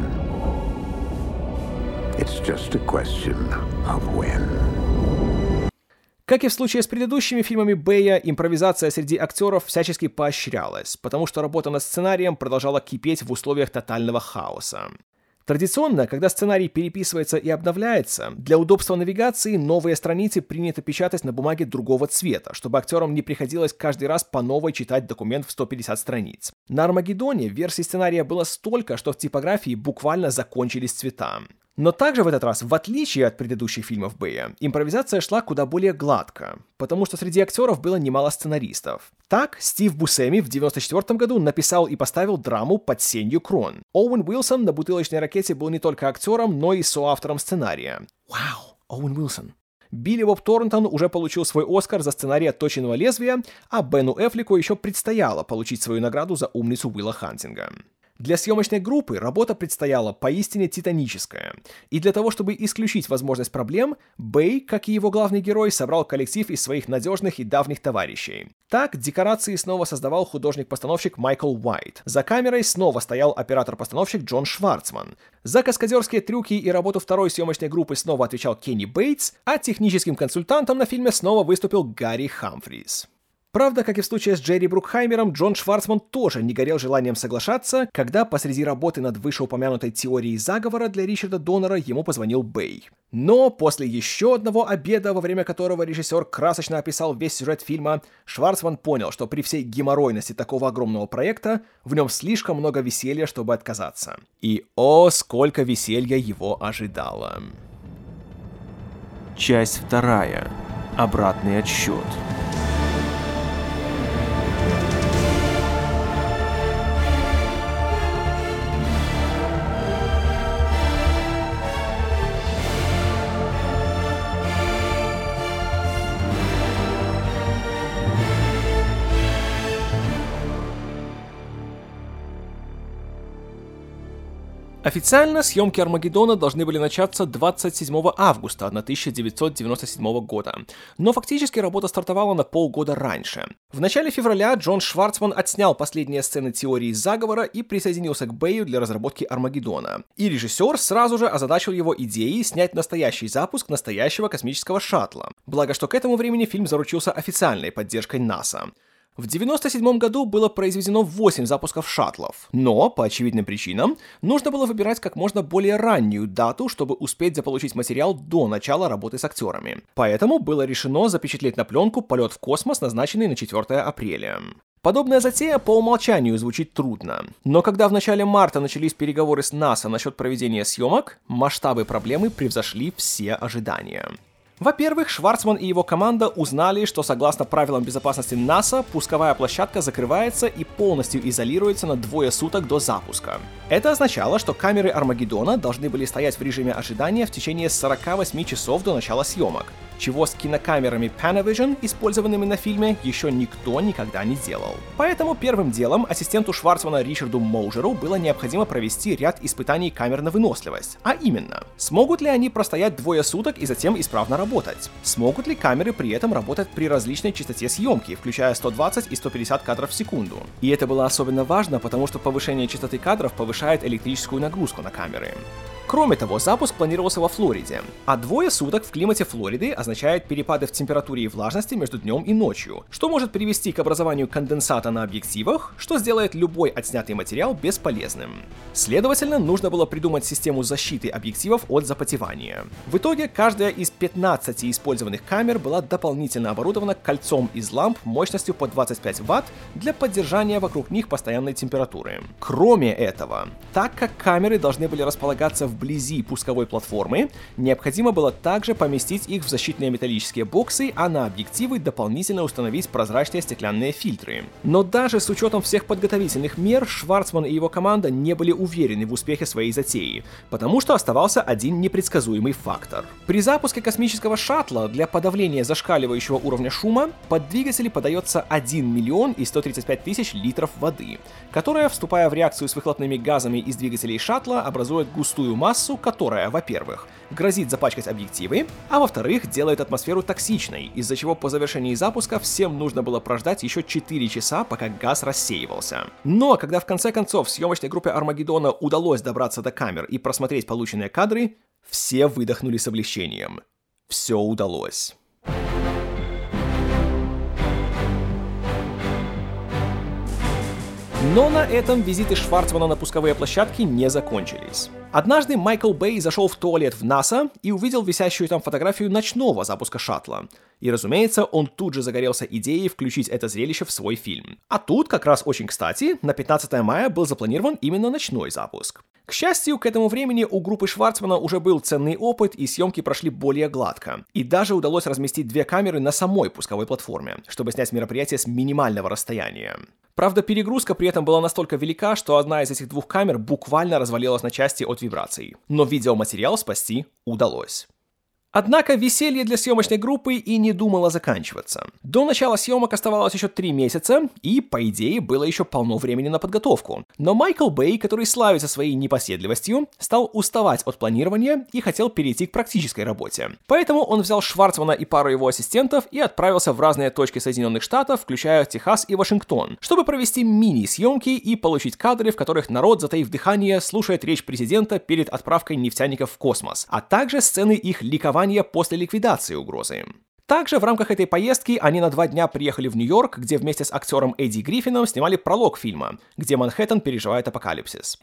It's just a question of when. Как и в случае с предыдущими фильмами Бэя, импровизация среди актеров всячески поощрялась, потому что работа над сценарием продолжала кипеть в условиях тотального хаоса. Традиционно, когда сценарий переписывается и обновляется, для удобства навигации новые страницы принято печатать на бумаге другого цвета, чтобы актерам не приходилось каждый раз по новой читать документ в сто пятьдесят страниц. На «Армагеддоне» версий сценария было столько, что в типографии буквально закончились цвета. Но также в этот раз, в отличие от предыдущих фильмов Бэя, импровизация шла куда более гладко, потому что среди актеров было немало сценаристов. Так, Стив Бусеми в девяносто четвёртом году написал и поставил драму «Под сенью крон». Оуэн Уилсон на «Бутылочной ракете» был не только актером, но и соавтором сценария. Вау, Оуэн Уилсон. Билли Боб Торнтон уже получил свой Оскар за сценарий «Отточенного лезвия», а Бену Эффлеку еще предстояло получить свою награду за умницу Уилла Хантинга. Для съемочной группы работа предстояла поистине титаническая. И для того, чтобы исключить возможность проблем, Бэй, как и его главный герой, собрал коллектив из своих надежных и давних товарищей. Так, декорации снова создавал художник-постановщик Майкл Уайт. За камерой снова стоял оператор-постановщик Джон Шварцман. За каскадерские трюки и работу второй съемочной группы снова отвечал Кенни Бейтс, а техническим консультантом на фильме снова выступил Гарри Хамфрис. Правда, как и в случае с Джерри Брукхаймером, Джон Шварцман тоже не горел желанием соглашаться, когда посреди работы над вышеупомянутой теорией заговора для Ричарда Доннера ему позвонил Бэй. Но после еще одного обеда, во время которого режиссер красочно описал весь сюжет фильма, Шварцман понял, что при всей геморройности такого огромного проекта в нем слишком много веселья, чтобы отказаться. И о, сколько веселья его ожидало. Часть вторая. Обратный отсчет. Официально съемки «Армагеддона» должны были начаться двадцать седьмого августа тысяча девятьсот девяносто седьмого года, но фактически работа стартовала на полгода раньше. В начале февраля Джон Шварцман отснял последние сцены теории заговора и присоединился к Бэю для разработки «Армагеддона». И режиссер сразу же озадачил его идеей снять настоящий запуск настоящего космического шаттла. Благо, что к этому времени фильм заручился официальной поддержкой НАСА. В девяносто седьмом году было произведено восемь запусков шаттлов, но, по очевидным причинам, нужно было выбирать как можно более раннюю дату, чтобы успеть заполучить материал до начала работы с актерами. Поэтому было решено запечатлеть на пленку полет в космос, назначенный на четвёртое апреля. Подобная затея по умолчанию звучит трудно, но когда в начале марта начались переговоры с НАСА насчет проведения съемок, масштабы проблемы превзошли все ожидания. Во-первых, Шварцман и его команда узнали, что согласно правилам безопасности НАСА, пусковая площадка закрывается и полностью изолируется на двое суток до запуска. Это означало, что камеры «Армагеддона» должны были стоять в режиме ожидания в течение сорока восьми часов до начала съемок, чего с кинокамерами Panavision, использованными на фильме, еще никто никогда не делал. Поэтому первым делом ассистенту Шварцмана Ричарду Моужеру было необходимо провести ряд испытаний камер на выносливость, а именно, смогут ли они простоять двое суток и затем исправно работать? Смогут ли камеры при этом работать при различной частоте съемки, включая сто двадцать и сто пятьдесят кадров в секунду? И это было особенно важно, потому что повышение частоты кадров повышает электрическую нагрузку на камеры. Кроме того, запуск планировался во Флориде, а двое суток в климате Флориды означает перепады в температуре и влажности между днем и ночью, что может привести к образованию конденсата на объективах, что сделает любой отснятый материал бесполезным. Следовательно, нужно было придумать систему защиты объективов от запотевания. В итоге, каждая из пятнадцати использованных камер была дополнительно оборудована кольцом из ламп мощностью по двадцать пять ватт для поддержания вокруг них постоянной температуры. Кроме этого, так как камеры должны были располагаться вблизи пусковой платформы, необходимо было также поместить их в защитные металлические боксы, а на объективы дополнительно установить прозрачные стеклянные фильтры. Но даже с учетом всех подготовительных мер, Шварцман и его команда не были уверены в успехе своей затеи, потому что оставался один непредсказуемый фактор. При запуске космического шаттла для подавления зашкаливающего уровня шума под двигатели подается один миллион и сто тридцать пять тысяч литров воды, которая, вступая в реакцию с выхлопными газами из двигателей шаттла, образует густую массу, которая, во-первых, грозит запачкать объективы, а во-вторых, делает атмосферу токсичной, из-за чего по завершении запуска всем нужно было прождать еще четыре часа, пока газ рассеивался. Но когда в конце концов съемочной группе Армагеддона удалось добраться до камер и просмотреть полученные кадры, все выдохнули с облегчением. Все удалось. Но на этом визиты Шварцмана на пусковые площадки не закончились. Однажды Майкл Бэй зашел в туалет в НАСА и увидел висящую там фотографию ночного запуска шаттла. И, разумеется, он тут же загорелся идеей включить это зрелище в свой фильм. А тут, как раз очень кстати, на пятнадцатое мая был запланирован именно ночной запуск. К счастью, к этому времени у группы Шварцмана уже был ценный опыт, и съемки прошли более гладко. И даже удалось разместить две камеры на самой пусковой платформе, чтобы снять мероприятие с минимального расстояния. Правда, перегрузка при этом была настолько велика, что одна из этих двух камер буквально развалилась на части от вибраций. Но видеоматериал спасти удалось. Однако веселье для съемочной группы и не думало заканчиваться. До начала съемок оставалось еще три месяца, и, по идее, было еще полно времени на подготовку. Но Майкл Бэй, который славится своей непоседливостью, стал уставать от планирования и хотел перейти к практической работе. Поэтому он взял Шварцмана и пару его ассистентов и отправился в разные точки Соединенных Штатов, включая Техас и Вашингтон, чтобы провести мини-съемки и получить кадры, в которых народ, затаив дыхание, слушает речь президента перед отправкой нефтяников в космос, а также сцены их ликования после ликвидации угрозы. Также в рамках этой поездки они на два дня приехали в Нью-Йорк, где вместе с актером Эдди Гриффином снимали пролог фильма, где Манхэттен переживает апокалипсис.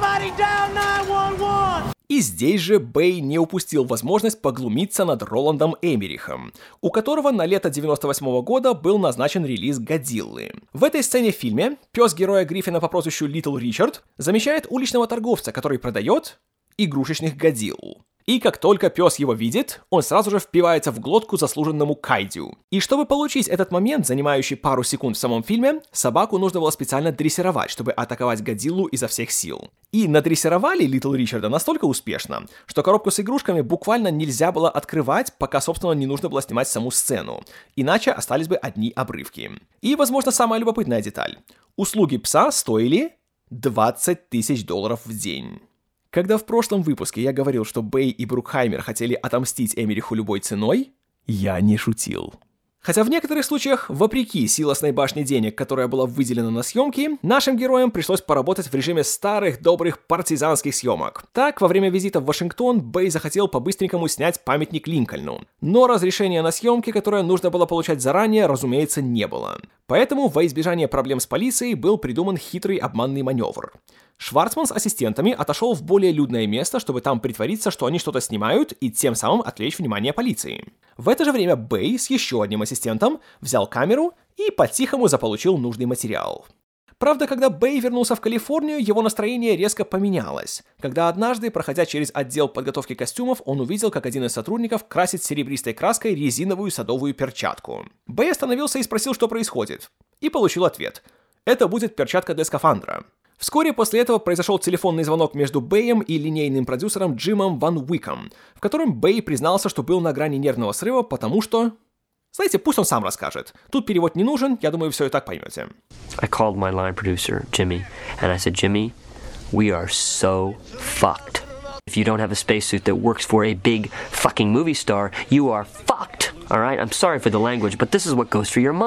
И здесь же Бэй не упустил возможность поглумиться над Роландом Эммерихом, у которого на лето девяносто восьмого года был назначен релиз «Годзиллы». В этой сцене в фильме пес героя Гриффина по прозвищу Литл Ричард замечает уличного торговца, который продает игрушечных Годзилл. И как только пес его видит, он сразу же впивается в глотку заслуженному кайдзю. И чтобы получить этот момент, занимающий пару секунд в самом фильме, собаку нужно было специально дрессировать, чтобы атаковать Годзиллу изо всех сил. И надрессировали Литл Ричарда настолько успешно, что коробку с игрушками буквально нельзя было открывать, пока, собственно, не нужно было снимать саму сцену. Иначе остались бы одни обрывки. И, возможно, самая любопытная деталь. Услуги пса стоили двадцать тысяч долларов в день. Когда в прошлом выпуске я говорил, что Бэй и Брукхаймер хотели отомстить Эммериху любой ценой, я не шутил. Хотя в некоторых случаях, вопреки силосной башне денег, которая была выделена на съемки, нашим героям пришлось поработать в режиме старых добрых партизанских съемок. Так, во время визита в Вашингтон Бэй захотел по-быстренькому снять памятник Линкольну. Но разрешения на съемки, которое нужно было получать заранее, разумеется, не было. Поэтому во избежание проблем с полицией был придуман хитрый обманный маневр. Шварцман с ассистентами отошел в более людное место, чтобы там притвориться, что они что-то снимают, и тем самым отвлечь внимание полиции. В это же время Бэй с еще одним ассистентом взял камеру и по-тихому заполучил нужный материал. Правда, когда Бэй вернулся в Калифорнию, его настроение резко поменялось, когда однажды, проходя через отдел подготовки костюмов, он увидел, как один из сотрудников красит серебристой краской резиновую садовую перчатку. Бэй остановился и спросил, что происходит, и получил ответ. Это будет перчатка для скафандра. Вскоре после этого произошел телефонный звонок между Бэем и линейным продюсером Джимом Ван Уиком, в котором Бэй признался, что был на грани нервного срыва, потому что... Знаете, пусть он сам расскажет. Тут перевод не нужен, я думаю, все и так поймете. I called my line producer, Jimmy, and I said, Jimmy, we are so fucked. If you don't have a spacesuit that works for a big fucking movie star, you are fucked. Alright, I'm sorry for the language, but this is what goes through your mind.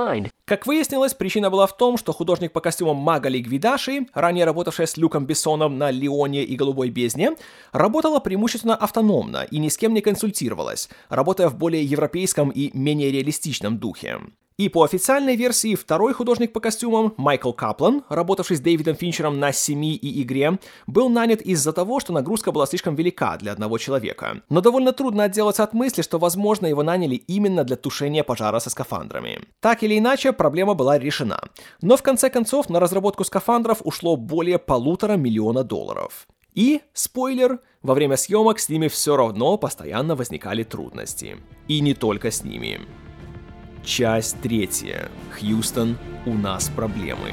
Как выяснилось, причина была в том, что художник по костюмам Магали Гвидаши, ранее работавшая с Люком Бессоном на «Леоне» и «Голубой бездне», работала преимущественно автономно и ни с кем не консультировалась, работая в более европейском и менее реалистичном духе. И по официальной версии, второй художник по костюмам, Майкл Каплан, работавший с Дэвидом Финчером на «Семи» и «Игре», был нанят из-за того, что нагрузка была слишком велика для одного человека. Но довольно трудно отделаться от мысли, что, возможно, его наняли именно для тушения пожара со скафандрами. Так или иначе, проблема была решена. Но в конце концов на разработку скафандров ушло более полутора миллиона долларов. И, спойлер, во время съемок с ними все равно постоянно возникали трудности. И не только с ними. Часть третья. Хьюстон, у нас проблемы.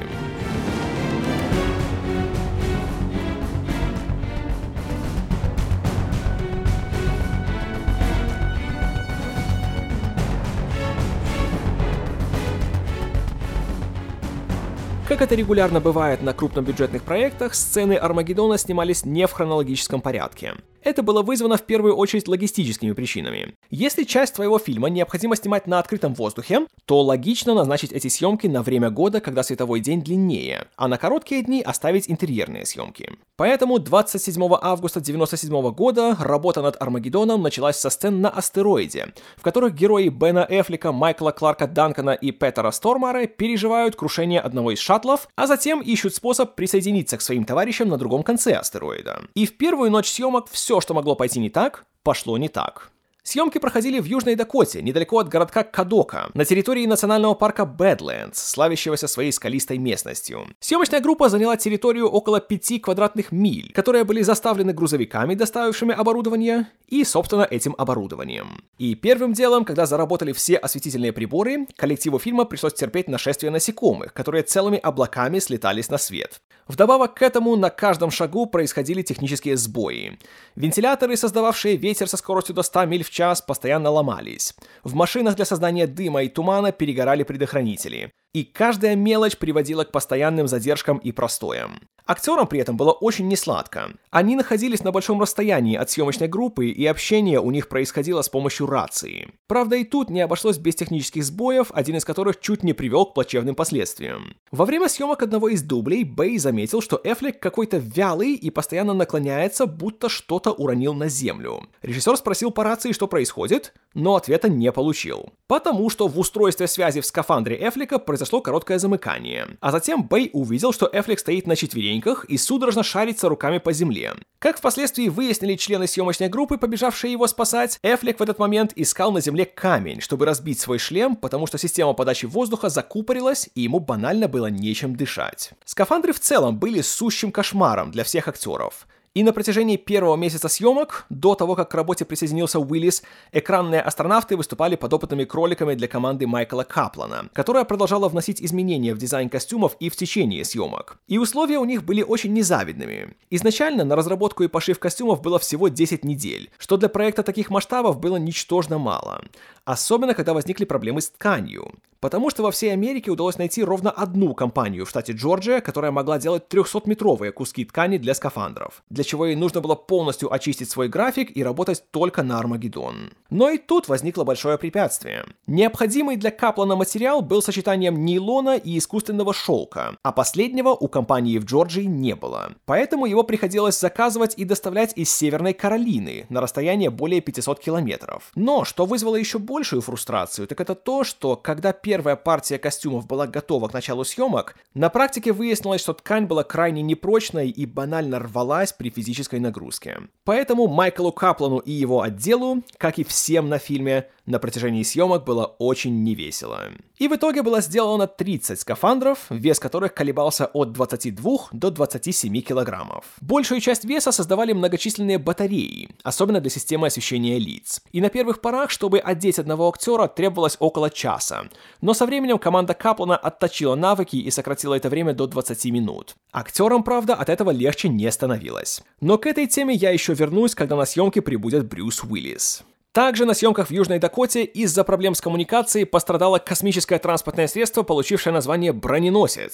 Как это регулярно бывает на крупнобюджетных проектах, сцены Армагеддона снимались не в хронологическом порядке. Это было вызвано в первую очередь логистическими причинами. Если часть твоего фильма необходимо снимать на открытом воздухе, то логично назначить эти съемки на время года, когда световой день длиннее, а на короткие дни оставить интерьерные съемки. Поэтому двадцать седьмого августа девяносто седьмого года работа над Армагеддоном началась со сцен на астероиде, в которых герои Бена Эффлека, Майкла Кларка Данкана и Петера Стормара переживают крушение одного из шаттлов, а затем ищут способ присоединиться к своим товарищам на другом конце астероида. И в первую ночь съемок все, что могло пойти не так, пошло не так. Съемки проходили в Южной Дакоте, недалеко от городка Кадока, на территории национального парка Бэдлендс, славящегося своей скалистой местностью. Съемочная группа заняла территорию около пяти квадратных миль, которые были заставлены грузовиками, доставившими оборудование, и, собственно, этим оборудованием. И первым делом, когда заработали все осветительные приборы, коллективу фильма пришлось терпеть нашествие насекомых, которые целыми облаками слетались на свет. Вдобавок к этому на каждом шагу происходили технические сбои. Вентиляторы, создававшие ветер со скоростью до ста миль в час, постоянно ломались. В машинах для создания дыма и тумана перегорали предохранители. И каждая мелочь приводила к постоянным задержкам и простоям. Актерам при этом было очень несладко. Они находились на большом расстоянии от съемочной группы, и общение у них происходило с помощью рации. Правда, и тут не обошлось без технических сбоев, один из которых чуть не привел к плачевным последствиям. Во время съемок одного из дублей Бэй заметил, что Эффлек какой-то вялый и постоянно наклоняется, будто что-то уронил на землю. Режиссер спросил по рации, что происходит, но ответа не получил. Потому что в устройстве связи в скафандре Эффлека произошло короткое замыкание. А затем Бэй увидел, что Эффлек стоит на четвереньках и судорожно шарится руками по земле. Как впоследствии выяснили члены съемочной группы, побежавшие его спасать, Эффлек в этот момент искал на земле камень, чтобы разбить свой шлем, потому что система подачи воздуха закупорилась, и ему банально было нечем дышать. Скафандры в целом были сущим кошмаром для всех актеров. И на протяжении первого месяца съемок, до того, как к работе присоединился Уиллис, экранные астронавты выступали подопытными кроликами для команды Майкла Каплана, которая продолжала вносить изменения в дизайн костюмов и в течение съемок. И условия у них были очень незавидными. Изначально на разработку и пошив костюмов было всего десять недель, что для проекта таких масштабов было ничтожно мало. Особенно, когда возникли проблемы с тканью. Потому что во всей Америке удалось найти ровно одну компанию в штате Джорджия, которая могла делать трехсотметровые куски ткани для скафандров, для чего ей нужно было полностью очистить свой график и работать только на Армагеддон. Но и тут возникло большое препятствие. Необходимый для Каплана материал был сочетанием нейлона и искусственного шелка, а последнего у компании в Джорджии не было. Поэтому его приходилось заказывать и доставлять из Северной Каролины на расстояние более пятисот километров. Но что вызвало еще большую фрустрацию, так это то, что когда первая партия костюмов была готова к началу съемок, на практике выяснилось, что ткань была крайне непрочной и банально рвалась при физической нагрузке. Поэтому Майклу Каплану и его отделу, как и всем на фильме, на протяжении съемок было очень невесело. И в итоге было сделано тридцать скафандров, вес которых колебался от двадцати двух до двадцати семи килограммов. Большую часть веса создавали многочисленные батареи, особенно для системы освещения лиц. И на первых порах, чтобы одеть одного актера, требовалось около часа. Но со временем команда Каплана отточила навыки и сократила это время до двадцати минут. Актерам, правда, от этого легче не становилось. Но к этой теме я еще вернусь, когда на съемки прибудет Брюс Уиллис. Также на съемках в Южной Дакоте из-за проблем с коммуникацией пострадало космическое транспортное средство, получившее название «Броненосец».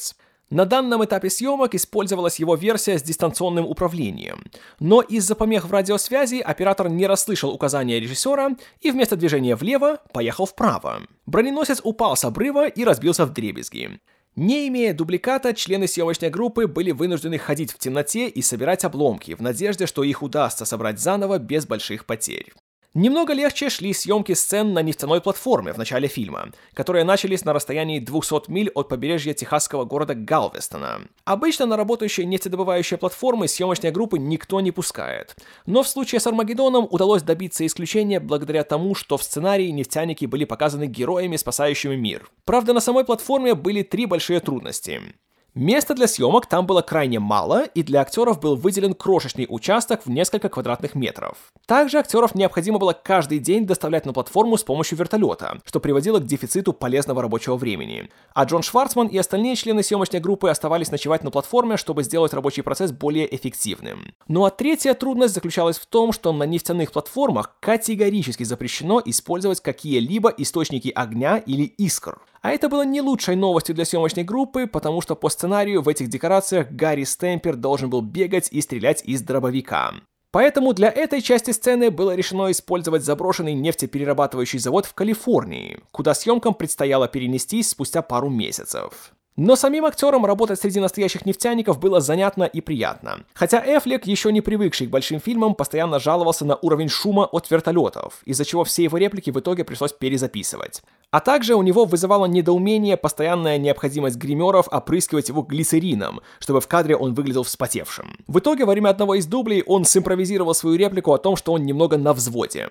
На данном этапе съемок использовалась его версия с дистанционным управлением. Но из-за помех в радиосвязи оператор не расслышал указания режиссера и вместо движения влево поехал вправо. Броненосец упал с обрыва и разбился вдребезги. Не имея дубликата, члены съемочной группы были вынуждены ходить в темноте и собирать обломки, в надежде, что их удастся собрать заново без больших потерь. Немного легче шли съемки сцен на нефтяной платформе в начале фильма, которые начались на расстоянии двухсот миль от побережья техасского города Галвестона. Обычно на работающие нефтедобывающие платформы съемочной группы никто не пускает. Но в случае с «Армагеддоном» удалось добиться исключения благодаря тому, что в сценарии нефтяники были показаны героями, спасающими мир. Правда, на самой платформе были три большие трудности. Места для съемок там было крайне мало, и для актеров был выделен крошечный участок в несколько квадратных метров. Также актеров необходимо было каждый день доставлять на платформу с помощью вертолета, что приводило к дефициту полезного рабочего времени. А Джон Шварцман и остальные члены съемочной группы оставались ночевать на платформе, чтобы сделать рабочий процесс более эффективным. Ну а третья трудность заключалась в том, что на нефтяных платформах категорически запрещено использовать какие-либо источники огня или искр. А это было не лучшей новостью для съемочной группы, потому что по сценарию в этих декорациях Гарри Стэмпер должен был бегать и стрелять из дробовика. Поэтому для этой части сцены было решено использовать заброшенный нефтеперерабатывающий завод в Калифорнии, куда съемкам предстояло перенестись спустя пару месяцев. Но самим актерам работать среди настоящих нефтяников было занятно и приятно. Хотя Эффлек, еще не привыкший к большим фильмам, постоянно жаловался на уровень шума от вертолетов, из-за чего все его реплики в итоге пришлось перезаписывать. А также у него вызывало недоумение постоянная необходимость гримеров опрыскивать его глицерином, чтобы в кадре он выглядел вспотевшим. В итоге, во время одного из дублей он симпровизировал свою реплику о том, что он немного на взводе.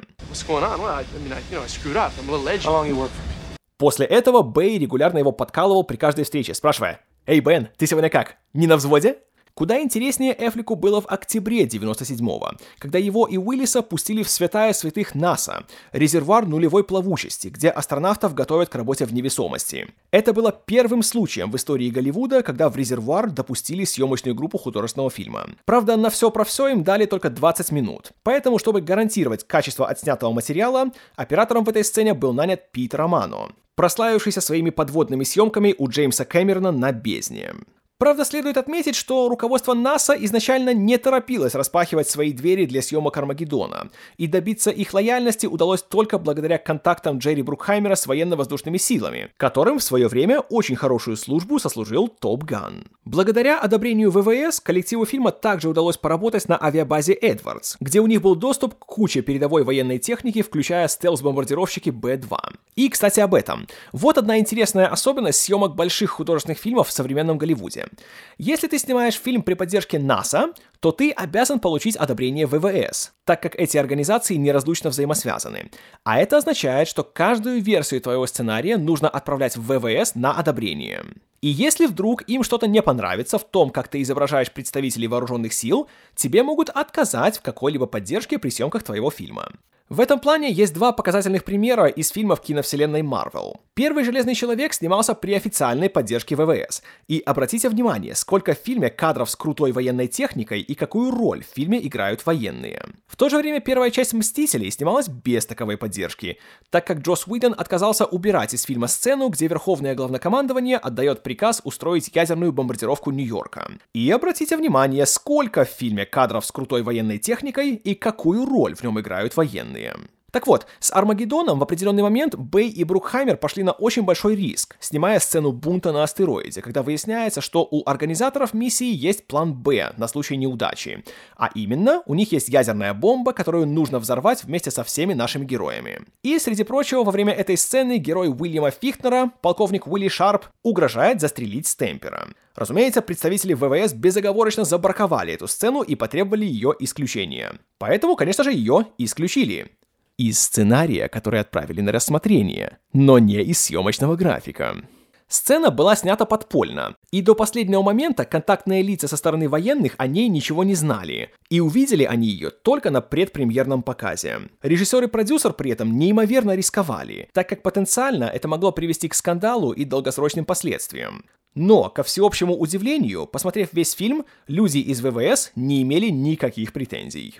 После этого Бэй регулярно его подкалывал при каждой встрече, спрашивая: «Эй, Бен, ты сегодня как, не на взводе?» Куда интереснее Эффлеку было в октябре девяносто седьмого, когда его и Уиллиса пустили в святая святых НАСА, резервуар нулевой плавучести, где астронавтов готовят к работе в невесомости. Это было первым случаем в истории Голливуда, когда в резервуар допустили съемочную группу художественного фильма. Правда, на все про все им дали только двадцать минут. Поэтому, чтобы гарантировать качество отснятого материала, оператором в этой сцене был нанят Пит Романо, прославившийся своими подводными съемками у Джеймса Кэмерона на «Бездне». Правда, следует отметить, что руководство НАСА изначально не торопилось распахивать свои двери для съемок «Армагеддона», и добиться их лояльности удалось только благодаря контактам Джерри Брукхаймера с военно-воздушными силами, которым в свое время очень хорошую службу сослужил Топ Ган. Благодаря одобрению ВВС коллективу фильма также удалось поработать на авиабазе Эдвардс, где у них был доступ к куче передовой военной техники, включая стелс-бомбардировщики Бэ два. И, кстати, об этом. Вот одна интересная особенность съемок больших художественных фильмов в современном Голливуде. Если ты снимаешь фильм при поддержке НАСА, то ты обязан получить одобрение ВВС, так как эти организации неразлучно взаимосвязаны. А это означает, что каждую версию твоего сценария нужно отправлять в ВВС на одобрение. И если вдруг им что-то не понравится в том, как ты изображаешь представителей вооруженных сил, тебе могут отказать в какой-либо поддержке при съемках твоего фильма. В этом плане есть два показательных примера из фильмов киновселенной Marvel. Первый «Железный человек» снимался при официальной поддержке ВВС. И обратите внимание, сколько в фильме кадров с крутой военной техникой и какую роль в фильме играют военные. В то же время первая часть «Мстителей» снималась без таковой поддержки, так как Джосс Уидон отказался убирать из фильма сцену, где Верховное Главнокомандование отдает приказ устроить ядерную бомбардировку Нью-Йорка. И обратите внимание, сколько в фильме кадров с крутой военной техникой и какую роль в нем играют военные. Так вот, с «Армагеддоном» в определенный момент Бэй и Брукхаймер пошли на очень большой риск, снимая сцену бунта на астероиде, когда выясняется, что у организаторов миссии есть план «Б» на случай неудачи. А именно, у них есть ядерная бомба, которую нужно взорвать вместе со всеми нашими героями. И, среди прочего, во время этой сцены герой Уильяма Фихтнера, полковник Уилли Шарп, угрожает застрелить Стэмпера. Разумеется, представители ВВС безоговорочно забраковали эту сцену и потребовали ее исключения. Поэтому, конечно же, ее исключили. Из сценария, который отправили на рассмотрение, но не из съемочного графика. Сцена была снята подпольно, и до последнего момента контактные лица со стороны военных о ней ничего не знали, и увидели они ее только на предпремьерном показе. Режиссер и продюсер при этом неимоверно рисковали, так как потенциально это могло привести к скандалу и долгосрочным последствиям. Но, ко всеобщему удивлению, посмотрев весь фильм, люди из ВВС не имели никаких претензий.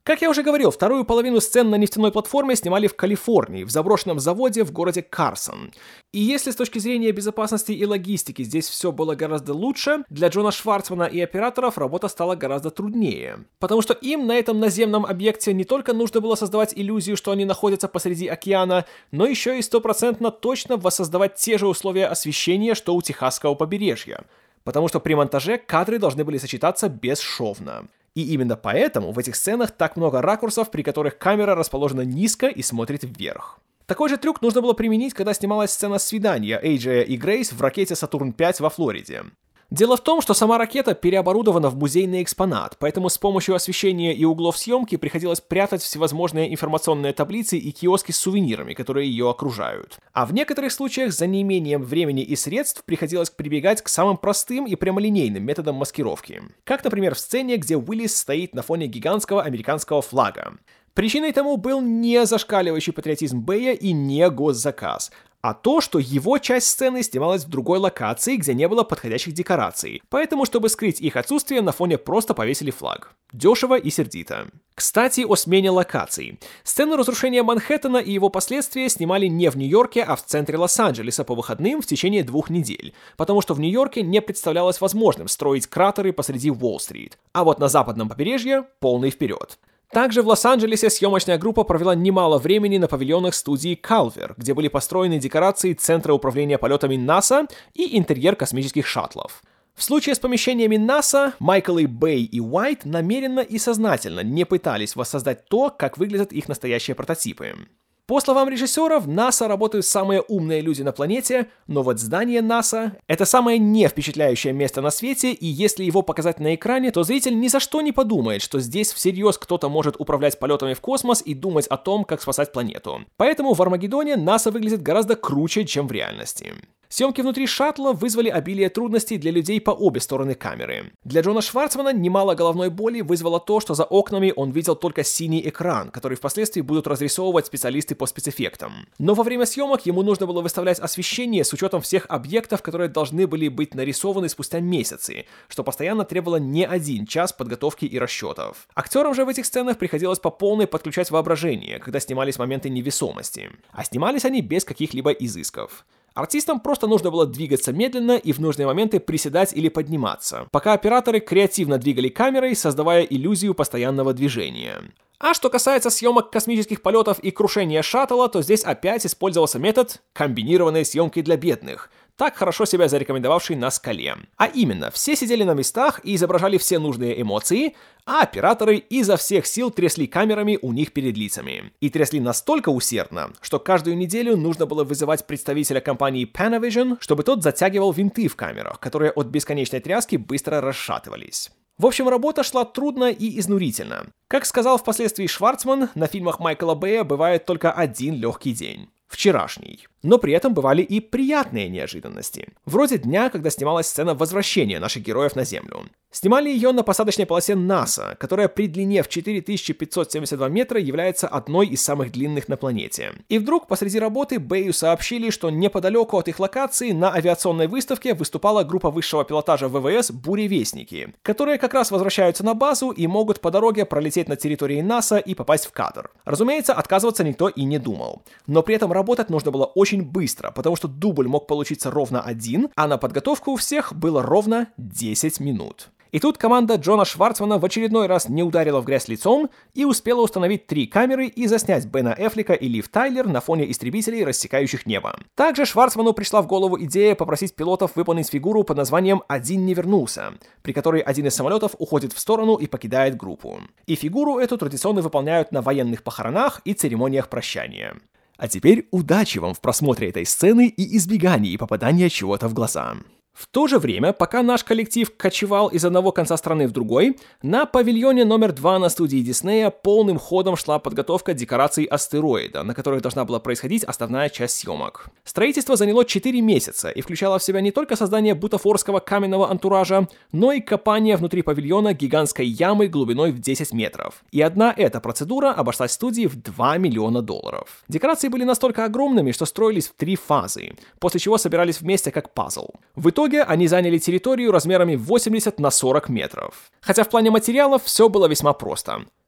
Как я уже говорил, вторую половину сцен на нефтяной платформе снимали в Калифорнии, в заброшенном заводе в городе Карсон. И если с точки зрения безопасности и логистики здесь все было гораздо лучше, для Джона Шварцмана и операторов работа стала гораздо труднее. Потому что им на этом наземном объекте не только нужно было создавать иллюзию, что они находятся посреди океана, но еще и стопроцентно точно воссоздавать те же условия освещения, что у Техасского побережья. Потому что при монтаже кадры должны были сочетаться бесшовно. И именно поэтому в этих сценах так много ракурсов, при которых камера расположена низко и смотрит вверх. Такой же трюк нужно было применить, когда снималась сцена свидания Эйджея и Грейс в ракете Сатурн пять во Флориде. Дело в том, что сама ракета переоборудована в музейный экспонат, поэтому с помощью освещения и углов съемки приходилось прятать всевозможные информационные таблицы и киоски с сувенирами, которые ее окружают. А в некоторых случаях за неимением времени и средств приходилось прибегать к самым простым и прямолинейным методам маскировки. Как, например, в сцене, где Уиллис стоит на фоне гигантского американского флага. Причиной тому был не зашкаливающий патриотизм Бэя и не госзаказ, а то, что его часть сцены снималась в другой локации, где не было подходящих декораций. Поэтому, чтобы скрыть их отсутствие, на фоне просто повесили флаг. Дешево и сердито. Кстати, о смене локаций. Сцену разрушения Манхэттена и его последствия снимали не в Нью-Йорке, а в центре Лос-Анджелеса по выходным в течение двух недель. Потому что в Нью-Йорке не представлялось возможным строить кратеры посреди Уолл-стрит. А вот на западном побережье полный вперед. Также в Лос-Анджелесе съемочная группа провела немало времени на павильонах студии Culver, где были построены декорации Центра управления полетами НАСА и интерьер космических шаттлов. В случае с помещениями НАСА, Майкл Бэй и Уайт намеренно и сознательно не пытались воссоздать то, как выглядят их настоящие прототипы. По словам режиссера, в НАСА работают самые умные люди на планете, но вот здание НАСА — это самое не впечатляющее место на свете, и если его показать на экране, то зритель ни за что не подумает, что здесь всерьез кто-то может управлять полетами в космос и думать о том, как спасать планету. Поэтому в Армагеддоне НАСА выглядит гораздо круче, чем в реальности. Съемки внутри шаттла вызвали обилие трудностей для людей по обе стороны камеры. Для Джона Шварцмана немало головной боли вызвало то, что за окнами он видел только синий экран, который впоследствии будут разрисовывать специалисты по спецэффектам. Но во время съемок ему нужно было выставлять освещение с учетом всех объектов, которые должны были быть нарисованы спустя месяцы, что постоянно требовало не один час подготовки и расчетов. Актерам же в этих сценах приходилось по полной подключать воображение, когда снимались моменты невесомости. А снимались они без каких-либо изысков. Артистам просто нужно было двигаться медленно и в нужные моменты приседать или подниматься, пока операторы креативно двигали камерой, создавая иллюзию постоянного движения. А что касается съемок космических полетов и крушения шаттла, то здесь опять использовался метод комбинированной съемки для бедных, так хорошо себя зарекомендовавший на «Скале». А именно, все сидели на местах и изображали все нужные эмоции, а операторы изо всех сил трясли камерами у них перед лицами. И трясли настолько усердно, что каждую неделю нужно было вызывать представителя компании Panavision, чтобы тот затягивал винты в камерах, которые от бесконечной тряски быстро расшатывались. В общем, работа шла трудно и изнурительно. Как сказал впоследствии Шварцман, на фильмах Майкла Бэя бывает только один легкий день. Вчерашний. Но при этом бывали и приятные неожиданности. Вроде дня, когда снималась сцена возвращения наших героев на Землю. Снимали ее на посадочной полосе НАСА, которая при длине в четыре тысячи пятьсот семьдесят два метра является одной из самых длинных на планете. И вдруг посреди работы Бэю сообщили, что неподалеку от их локации на авиационной выставке выступала группа высшего пилотажа ВВС «Буревестники», которые как раз возвращаются на базу и могут по дороге пролететь над территорией НАСА и попасть в кадр. Разумеется, отказываться никто и не думал. Но при этом работать нужно было очень быстро, потому что дубль мог получиться ровно один, а на подготовку у всех было ровно десять минут. И тут команда Джона Шварцмана в очередной раз не ударила в грязь лицом и успела установить три камеры и заснять Бена Эффлека и Лив Тайлер на фоне истребителей, рассекающих небо. Также Шварцману пришла в голову идея попросить пилотов выполнить фигуру под названием «Один не вернулся», при которой один из самолетов уходит в сторону и покидает группу. И фигуру эту традиционно выполняют на военных похоронах и церемониях прощания. А теперь удачи вам в просмотре этой сцены и избегании попадания чего-то в глаза. В то же время, пока наш коллектив кочевал из одного конца страны в другой, на павильоне номер два на студии Диснея полным ходом шла подготовка декораций астероида, на которых должна была происходить основная часть съемок. Строительство заняло четыре месяца и включало в себя не только создание бутафорского каменного антуража, но и копание внутри павильона гигантской ямы глубиной в десять метров. И одна эта процедура обошлась студии в два миллиона долларов. Декорации были настолько огромными, что строились в три фазы, после чего собирались вместе как пазл. В итоге В итоге они заняли территорию размерами восемьдесят на сорок метров. Хотя в плане материалов все было весьма просто.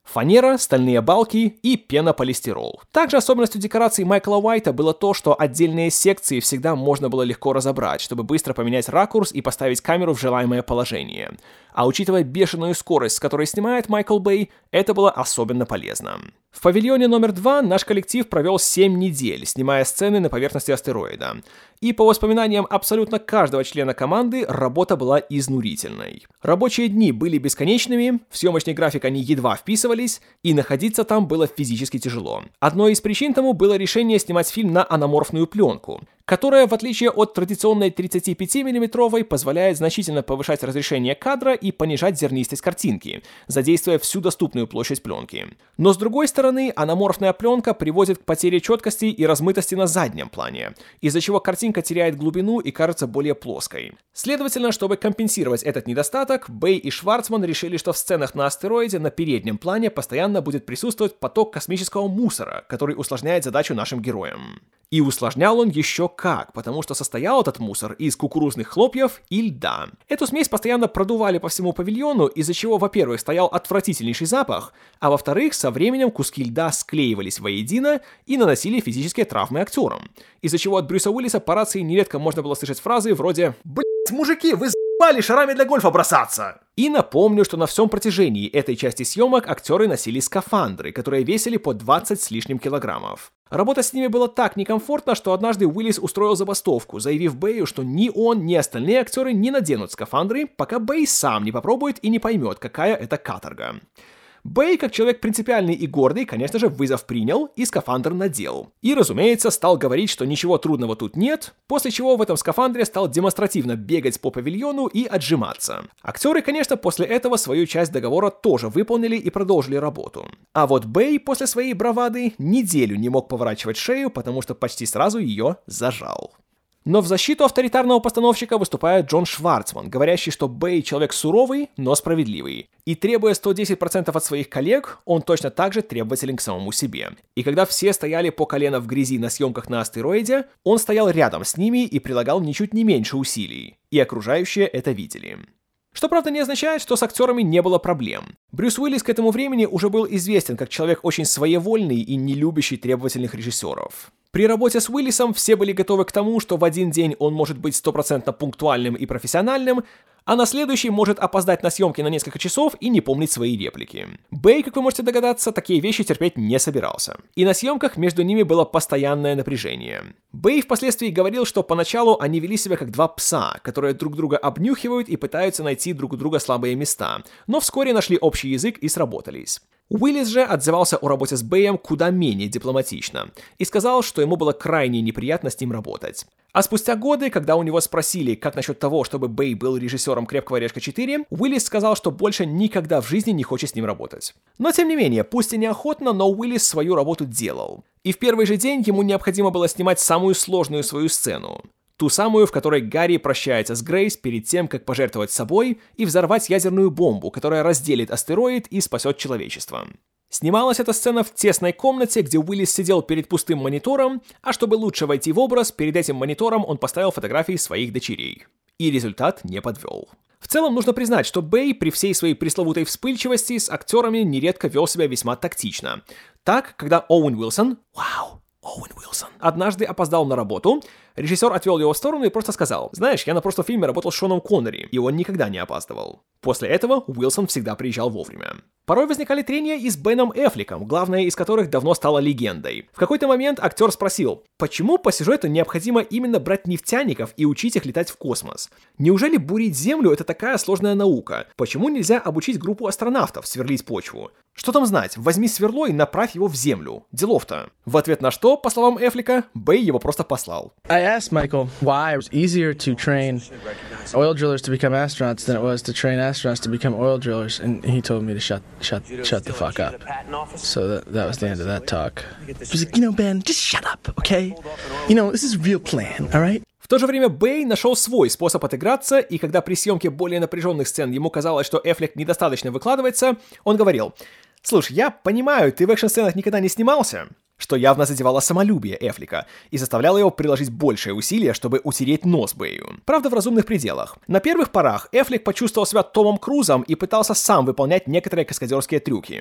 Фанера, стальные балки и пенополистирол. Также особенностью декораций Майкла Уайта было то, что отдельные секции всегда можно было легко разобрать, чтобы быстро поменять ракурс и поставить камеру в желаемое положение. А учитывая бешеную скорость, с которой снимает Майкл Бэй, это было особенно полезно. В павильоне номер два наш коллектив провел семь недель, снимая сцены на поверхности астероида. И по воспоминаниям абсолютно каждого члена команды, работа была изнурительной. Рабочие дни были бесконечными, в съемочный график они едва вписывались, и находиться там было физически тяжело. Одной из причин тому было решение снимать фильм на анаморфную пленку, которая, в отличие от традиционной тридцатипятимиллиметровой, позволяет значительно повышать разрешение кадра и понижать зернистость картинки, задействуя всю доступную площадь пленки. Но с другой стороны, анаморфная пленка приводит к потере четкости и размытости на заднем плане, из-за чего картинка теряет глубину и кажется более плоской. Следовательно, чтобы компенсировать этот недостаток, Бэй и Шварцман решили, что в сценах на астероиде на переднем плане постоянно будет присутствовать поток космического мусора, который усложняет задачу нашим героям. И усложнял он еще как, потому что состоял этот мусор из кукурузных хлопьев и льда. Эту смесь постоянно продували по всему павильону, из-за чего, во-первых, стоял отвратительнейший запах, а во-вторых, со временем куски льда склеивались воедино и наносили физические травмы актерам. Из-за чего от Брюса Уиллиса по рации нередко можно было слышать фразы вроде «Блядь, мужики, вы за***ли шарами для гольфа бросаться!» И напомню, что на всем протяжении этой части съемок актеры носили скафандры, которые весили по двадцать с лишним килограммов. Работать с ними было так некомфортно, что однажды Уиллис устроил забастовку, заявив Бэю, что ни он, ни остальные актеры не наденут скафандры, пока Бэй сам не попробует и не поймет, какая это каторга. Бэй, как человек принципиальный и гордый, конечно же, вызов принял и скафандр надел. И, разумеется, стал говорить, что ничего трудного тут нет, после чего в этом скафандре стал демонстративно бегать по павильону и отжиматься. Актеры, конечно, после этого свою часть договора тоже выполнили и продолжили работу. А вот Бэй после своей бравады неделю не мог поворачивать шею, потому что почти сразу ее зажал. Но в защиту авторитарного постановщика выступает Джон Шварцман, говорящий, что Бэй человек суровый, но справедливый. И требуя сто десять процентов от своих коллег, он точно так же требователен к самому себе. И когда все стояли по колено в грязи на съемках на астероиде, он стоял рядом с ними и прилагал ничуть не меньше усилий. И окружающие это видели. Что, правда, не означает, что с актерами не было проблем. Брюс Уиллис к этому времени уже был известен как человек очень своевольный и не любящий требовательных режиссеров. При работе с Уиллисом все были готовы к тому, что в один день он может быть стопроцентно пунктуальным и профессиональным, а на следующий может опоздать на съемки на несколько часов и не помнить свои реплики. Бэй, как вы можете догадаться, такие вещи терпеть не собирался. И на съемках между ними было постоянное напряжение. Бэй впоследствии говорил, что поначалу они вели себя как два пса, которые друг друга обнюхивают и пытаются найти друг у друга слабые места, но вскоре нашли общий язык и сработались. Уиллис же отзывался о работе с Бэем куда менее дипломатично и сказал, что ему было крайне неприятно с ним работать. А спустя годы, когда у него спросили, как насчет того, чтобы Бэй был режиссером «Крепкого орешка четыре», Уиллис сказал, что больше никогда в жизни не хочет с ним работать. Но тем не менее, пусть и неохотно, но Уиллис свою работу делал. И в первый же день ему необходимо было снимать самую сложную свою сцену. Ту самую, в которой Гарри прощается с Грейс перед тем, как пожертвовать собой и взорвать ядерную бомбу, которая разделит астероид и спасет человечество. Снималась эта сцена в тесной комнате, где Уиллис сидел перед пустым монитором, а чтобы лучше войти в образ, перед этим монитором он поставил фотографии своих дочерей. И результат не подвел. В целом нужно признать, что Бэй при всей своей пресловутой вспыльчивости с актерами нередко вел себя весьма тактично. Так, когда Оуэн Уилсон... Вау! Оуэн Уилсон. Однажды опоздал на работу, режиссер отвел его в сторону и просто сказал: «Знаешь, я на прошлом фильме работал с Шоном Коннери, и он никогда не опаздывал». После этого Уилсон всегда приезжал вовремя. Порой возникали трения и с Беном Эффлеком, главная из которых давно стала легендой. В какой-то момент актер спросил, почему по сюжету необходимо именно брать нефтяников и учить их летать в космос? Неужели бурить Землю — это такая сложная наука? Почему нельзя обучить группу астронавтов сверлить почву? Что там знать, возьми сверло и направь его в Землю. Делов-то. В ответ на что, по словам Эффлека, Бэй его просто послал. I asked Michael why it was easier to train oil drillers to become astronauts than it was to train astronauts to become oil drillers, and he told me to shut shut shut the fuck up. So that that was the end of that talk. He was like, you know, Ben, just shut up, okay? You know, this is a real plan, all right? В то же время Бэй нашел свой способ отыграться, и когда при съемке более напряженных сцен ему казалось, что Эффлек недостаточно выкладывается, он говорил: «Слушай, я понимаю, ты в экшн-сценах никогда не снимался», что явно задевало самолюбие Эффлека и заставляло его приложить большее усилие, чтобы утереть нос Бэю. Правда, в разумных пределах. На первых порах Эффлек почувствовал себя Томом Крузом и пытался сам выполнять некоторые каскадерские трюки.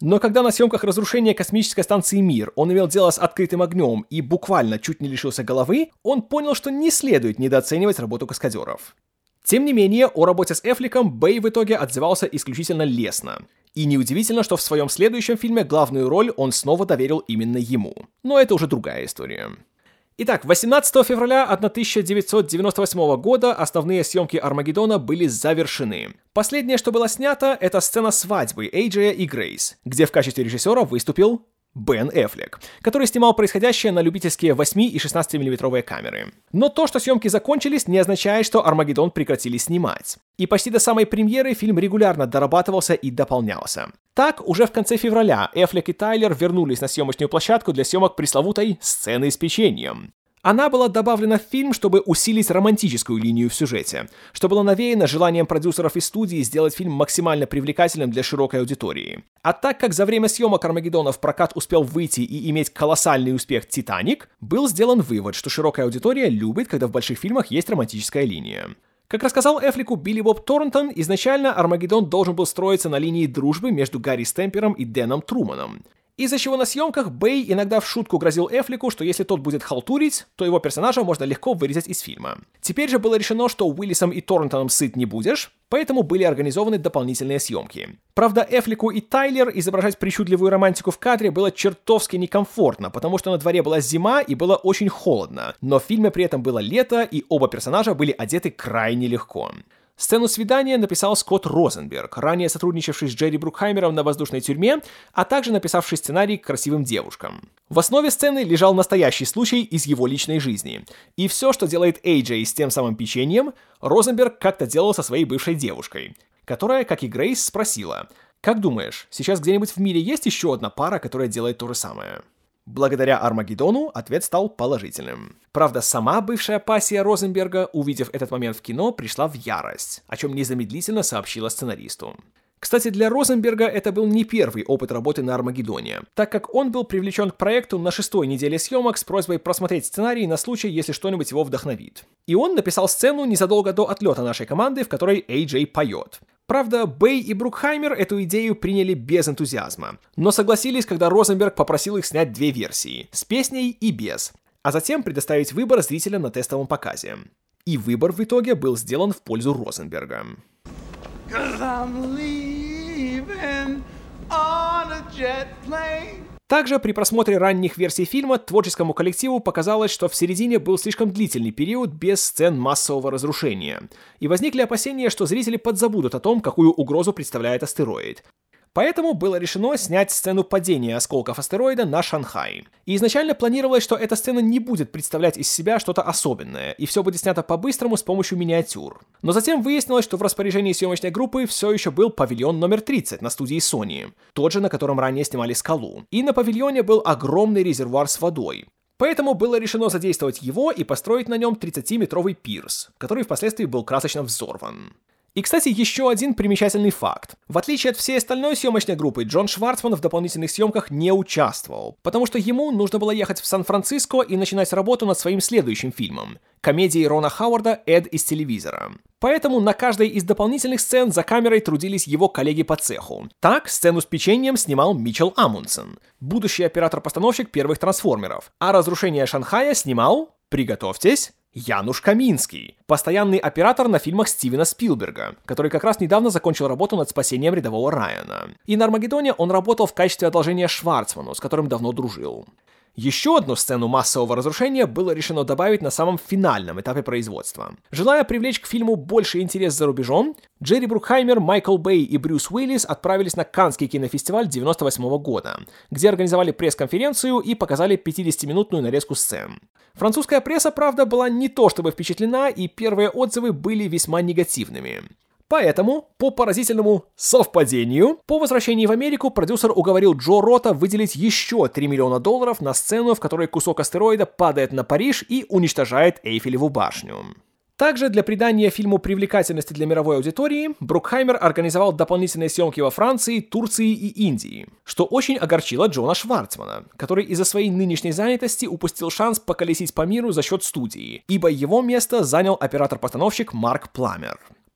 Но когда на съемках разрушения космической станции «Мир» он имел дело с открытым огнем и буквально чуть не лишился головы, он понял, что не следует недооценивать работу каскадеров. Тем не менее, о работе с Эффлеком Бэй в итоге отзывался исключительно лестно. И неудивительно, что в своем следующем фильме главную роль он снова доверил именно ему. Но это уже другая история. Итак, восемнадцатого февраля тысяча девятьсот девяносто восьмого года основные съемки «Армагеддона» были завершены. Последнее, что было снято, это сцена свадьбы Эйджея и Грейс, где в качестве режиссера выступил Бен Эффлек, который снимал происходящее на любительские восемь- и шестнадцатимиллиметровые камеры. Но то, что съемки закончились, не означает, что «Армагеддон» прекратили снимать. И почти до самой премьеры фильм регулярно дорабатывался и дополнялся. Так, уже в конце февраля Эффлек и Тайлер вернулись на съемочную площадку для съемок пресловутой «Сцены с печеньем». Она была добавлена в фильм, чтобы усилить романтическую линию в сюжете, что было навеяно желанием продюсеров и студии сделать фильм максимально привлекательным для широкой аудитории. А так как за время съемок «Армагеддона» в прокат успел выйти и иметь колоссальный успех «Титаник», был сделан вывод, что широкая аудитория любит, когда в больших фильмах есть романтическая линия. Как рассказал Эффлеку Билли Боб Торнтон, изначально «Армагеддон» должен был строиться на линии дружбы между Гарри Стэмпером и Дэном Труманом. Из-за чего на съемках Бэй иногда в шутку грозил Эффлеку, что если тот будет халтурить, то его персонажа можно легко вырезать из фильма. Теперь же было решено, что Уиллисом и Торнтоном сыт не будешь, поэтому были организованы дополнительные съемки. Правда, Эффлеку и Тайлер изображать причудливую романтику в кадре было чертовски некомфортно, потому что на дворе была зима и было очень холодно, но в фильме при этом было лето, и оба персонажа были одеты крайне легко. Сцену свидания написал Скотт Розенберг, ранее сотрудничавший с Джерри Брукхаймером на «Воздушной тюрьме», а также написавший сценарий к «Красивым девушкам». В основе сцены лежал настоящий случай из его личной жизни. И все, что делает Эйджей с тем самым печеньем, Розенберг как-то делал со своей бывшей девушкой, которая, как и Грейс, спросила: «Как думаешь, сейчас где-нибудь в мире есть еще одна пара, которая делает то же самое?» Благодаря «Армагеддону» ответ стал положительным. Правда, сама бывшая пассия Розенберга, увидев этот момент в кино, пришла в ярость, о чем незамедлительно сообщила сценаристу. Кстати, для Розенберга это был не первый опыт работы на «Армагеддоне», так как он был привлечен к проекту на шестой неделе съемок с просьбой просмотреть сценарий на случай, если что-нибудь его вдохновит. И он написал сцену незадолго до отлета нашей команды, в которой Эйджей поет. Правда, Бэй и Брукхаймер эту идею приняли без энтузиазма, но согласились, когда Розенберг попросил их снять две версии – с песней и без, а затем предоставить выбор зрителям на тестовом показе. И выбор в итоге был сделан в пользу Розенберга. Также при просмотре ранних версий фильма творческому коллективу показалось, что в середине был слишком длительный период без сцен массового разрушения, и возникли опасения, что зрители подзабудут о том, какую угрозу представляет астероид. Поэтому было решено снять сцену падения осколков астероида на Шанхай. И изначально планировалось, что эта сцена не будет представлять из себя что-то особенное, и все будет снято по-быстрому с помощью миниатюр. Но затем выяснилось, что в распоряжении съемочной группы все еще был павильон номер тридцать на студии Sony, тот же, на котором ранее снимали «Скалу». И на павильоне был огромный резервуар с водой. Поэтому было решено задействовать его и построить на нем тридцатиметровый пирс, который впоследствии был красочно взорван. И, кстати, еще один примечательный факт. В отличие от всей остальной съемочной группы, Джон Шварцман в дополнительных съемках не участвовал, потому что ему нужно было ехать в Сан-Франциско и начинать работу над своим следующим фильмом — комедией Рона Хауарда «Эд из телевизора». Поэтому на каждой из дополнительных сцен за камерой трудились его коллеги по цеху. Так, сцену с печеньем снимал Митчелл Амундсен, будущий оператор-постановщик первых «Трансформеров», а разрушение Шанхая снимал, приготовьтесь, Януш Каминский, постоянный оператор на фильмах Стивена Спилберга, который как раз недавно закончил работу над спасением рядового Райана. И на «Армагеддоне» он работал в качестве одолжения Шварцману, с которым давно дружил. Еще одну сцену массового разрушения было решено добавить на самом финальном этапе производства. Желая привлечь к фильму больше интерес за рубежом, Джерри Брукхаймер, Майкл Бэй и Брюс Уиллис отправились на Каннский кинофестиваль девяносто восьмого года, где организовали пресс-конференцию и показали пятидесятиминутную нарезку сцен. Французская пресса, правда, была не то чтобы впечатлена, и первые отзывы были весьма негативными. Поэтому, по поразительному совпадению, по возвращении в Америку продюсер уговорил Джо Рота выделить еще три миллиона долларов на сцену, в которой кусок астероида падает на Париж и уничтожает Эйфелеву башню. Также для придания фильму привлекательности для мировой аудитории Брукхаймер организовал дополнительные съемки во Франции, Турции и Индии, что очень огорчило Джона Шварцмана, который из-за своей нынешней занятости упустил шанс поколесить по миру за счет студии, ибо его место занял оператор-постановщик Марк Пламер.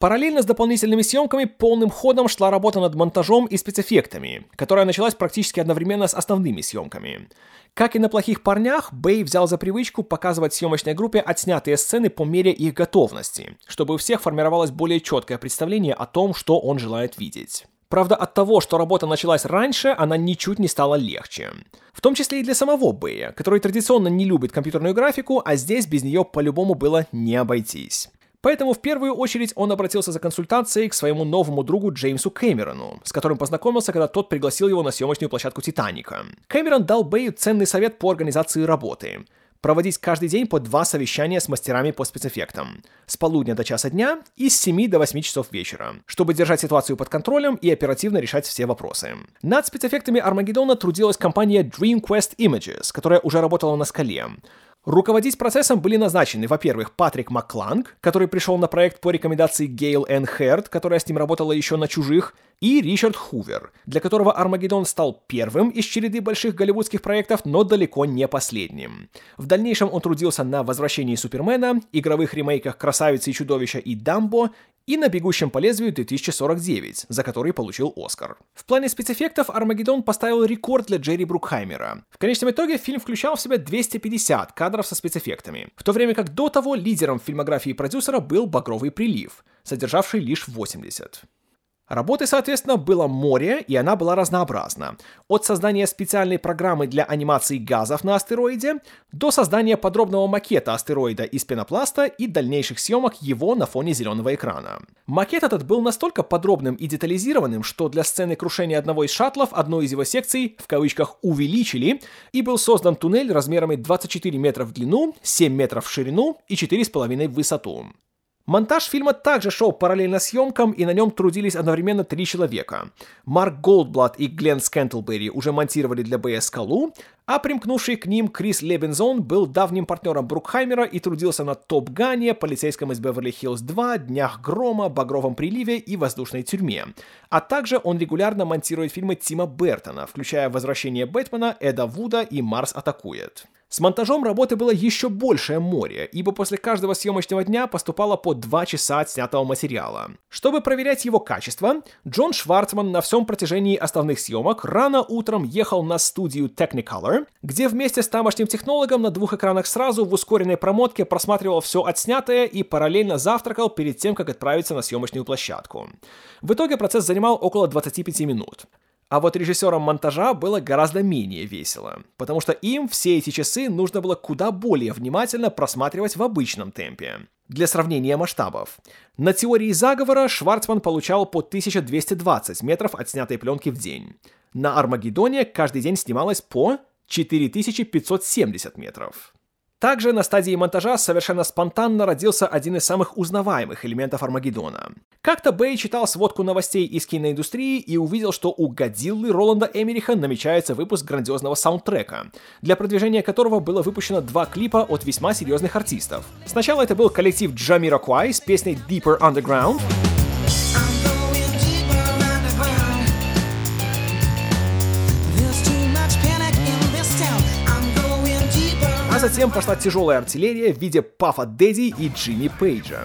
Параллельно с дополнительными съемками полным ходом шла работа над монтажом и спецэффектами, которая началась практически одновременно с основными съемками. Как и на «Плохих парнях», Бэй взял за привычку показывать съемочной группе отснятые сцены по мере их готовности, чтобы у всех формировалось более четкое представление о том, что он желает видеть. Правда, от того, что работа началась раньше, она ничуть не стала легче. В том числе и для самого Бэя, который традиционно не любит компьютерную графику, а здесь без нее по-любому было не обойтись. Поэтому в первую очередь он обратился за консультацией к своему новому другу Джеймсу Кэмерону, с которым познакомился, когда тот пригласил его на съемочную площадку «Титаника». Кэмерон дал Бэю ценный совет по организации работы. Проводить каждый день по два совещания с мастерами по спецэффектам. С полудня до часа дня и с семи до восьми часов вечера, чтобы держать ситуацию под контролем и оперативно решать все вопросы. Над спецэффектами «Армагеддона» трудилась компания Dream Quest Images, которая уже работала на «Скале». Руководить процессом были назначены, во-первых, Патрик Маккланг, который пришел на проект по рекомендации Гейл Энн Хэрд, которая с ним работала еще на «Чужих», и Ричард Хувер, для которого «Армагеддон» стал первым из череды больших голливудских проектов, но далеко не последним. В дальнейшем он трудился на «Возвращении Супермена», игровых ремейках «Красавицы и чудовища» и «Дамбо», и на «Бегущем по лезвию» две тысячи сорок девять, за который получил Оскар. В плане спецэффектов «Армагеддон» поставил рекорд для Джерри Брукхаймера. В конечном итоге фильм включал в себя двести пятьдесят кадров со спецэффектами, в то время как до того лидером в фильмографии продюсера был «Багровый прилив», содержавший лишь восемьдесят. Работы, соответственно, было море, и она была разнообразна. От создания специальной программы для анимации газов на астероиде до создания подробного макета астероида из пенопласта и дальнейших съемок его на фоне зеленого экрана. Макет этот был настолько подробным и детализированным, что для сцены крушения одного из шаттлов одну из его секций в кавычках увеличили, и был создан туннель размерами двадцать четыре метра в длину, семь метров в ширину и четыре с половиной в высоту. Монтаж фильма также шел параллельно съемкам, и на нем трудились одновременно три человека. Марк Голдблат и Глен Скентлберри уже монтировали для Бэя «Скалу», а примкнувший к ним Крис Лебензон был давним партнером Брукхаймера и трудился над «Топ Гане», «Полицейском из Беверли-Хиллз два», «Днях грома», «Багровом приливе» и «Воздушной тюрьме». А также он регулярно монтирует фильмы Тима Бертона, включая «Возвращение Бэтмена», «Эда Вуда» и «Марс атакует». С монтажом работы было еще большее море, ибо после каждого съемочного дня поступало по два часа отснятого материала. Чтобы проверять его качество, Джон Шварцман на всем протяжении основных съемок рано утром ехал на студию Technicolor, где вместе с тамошним технологом на двух экранах сразу в ускоренной промотке просматривал все отснятое и параллельно завтракал перед тем, как отправиться на съемочную площадку. В итоге процесс занимал около двадцати пяти минут. А вот режиссерам монтажа было гораздо менее весело, потому что им все эти часы нужно было куда более внимательно просматривать в обычном темпе. Для сравнения масштабов. На «Теории заговора» Шварцман получал по тысяча двести двадцать метров отснятой пленки в день. На «Армагеддоне» каждый день снималось по четыре тысячи пятьсот семьдесят метров. Также на стадии монтажа совершенно спонтанно родился один из самых узнаваемых элементов «Армагеддона». Как-то Бэй читал сводку новостей из киноиндустрии и увидел, что у «Годзиллы» Роланда Эммериха намечается выпуск грандиозного саундтрека, для продвижения которого было выпущено два клипа от весьма серьезных артистов. Сначала это был коллектив Jamiroquai с песней «Deeper Underground», а затем пошла тяжелая артиллерия в виде Пафа Дэдди и Джимми Пейджа.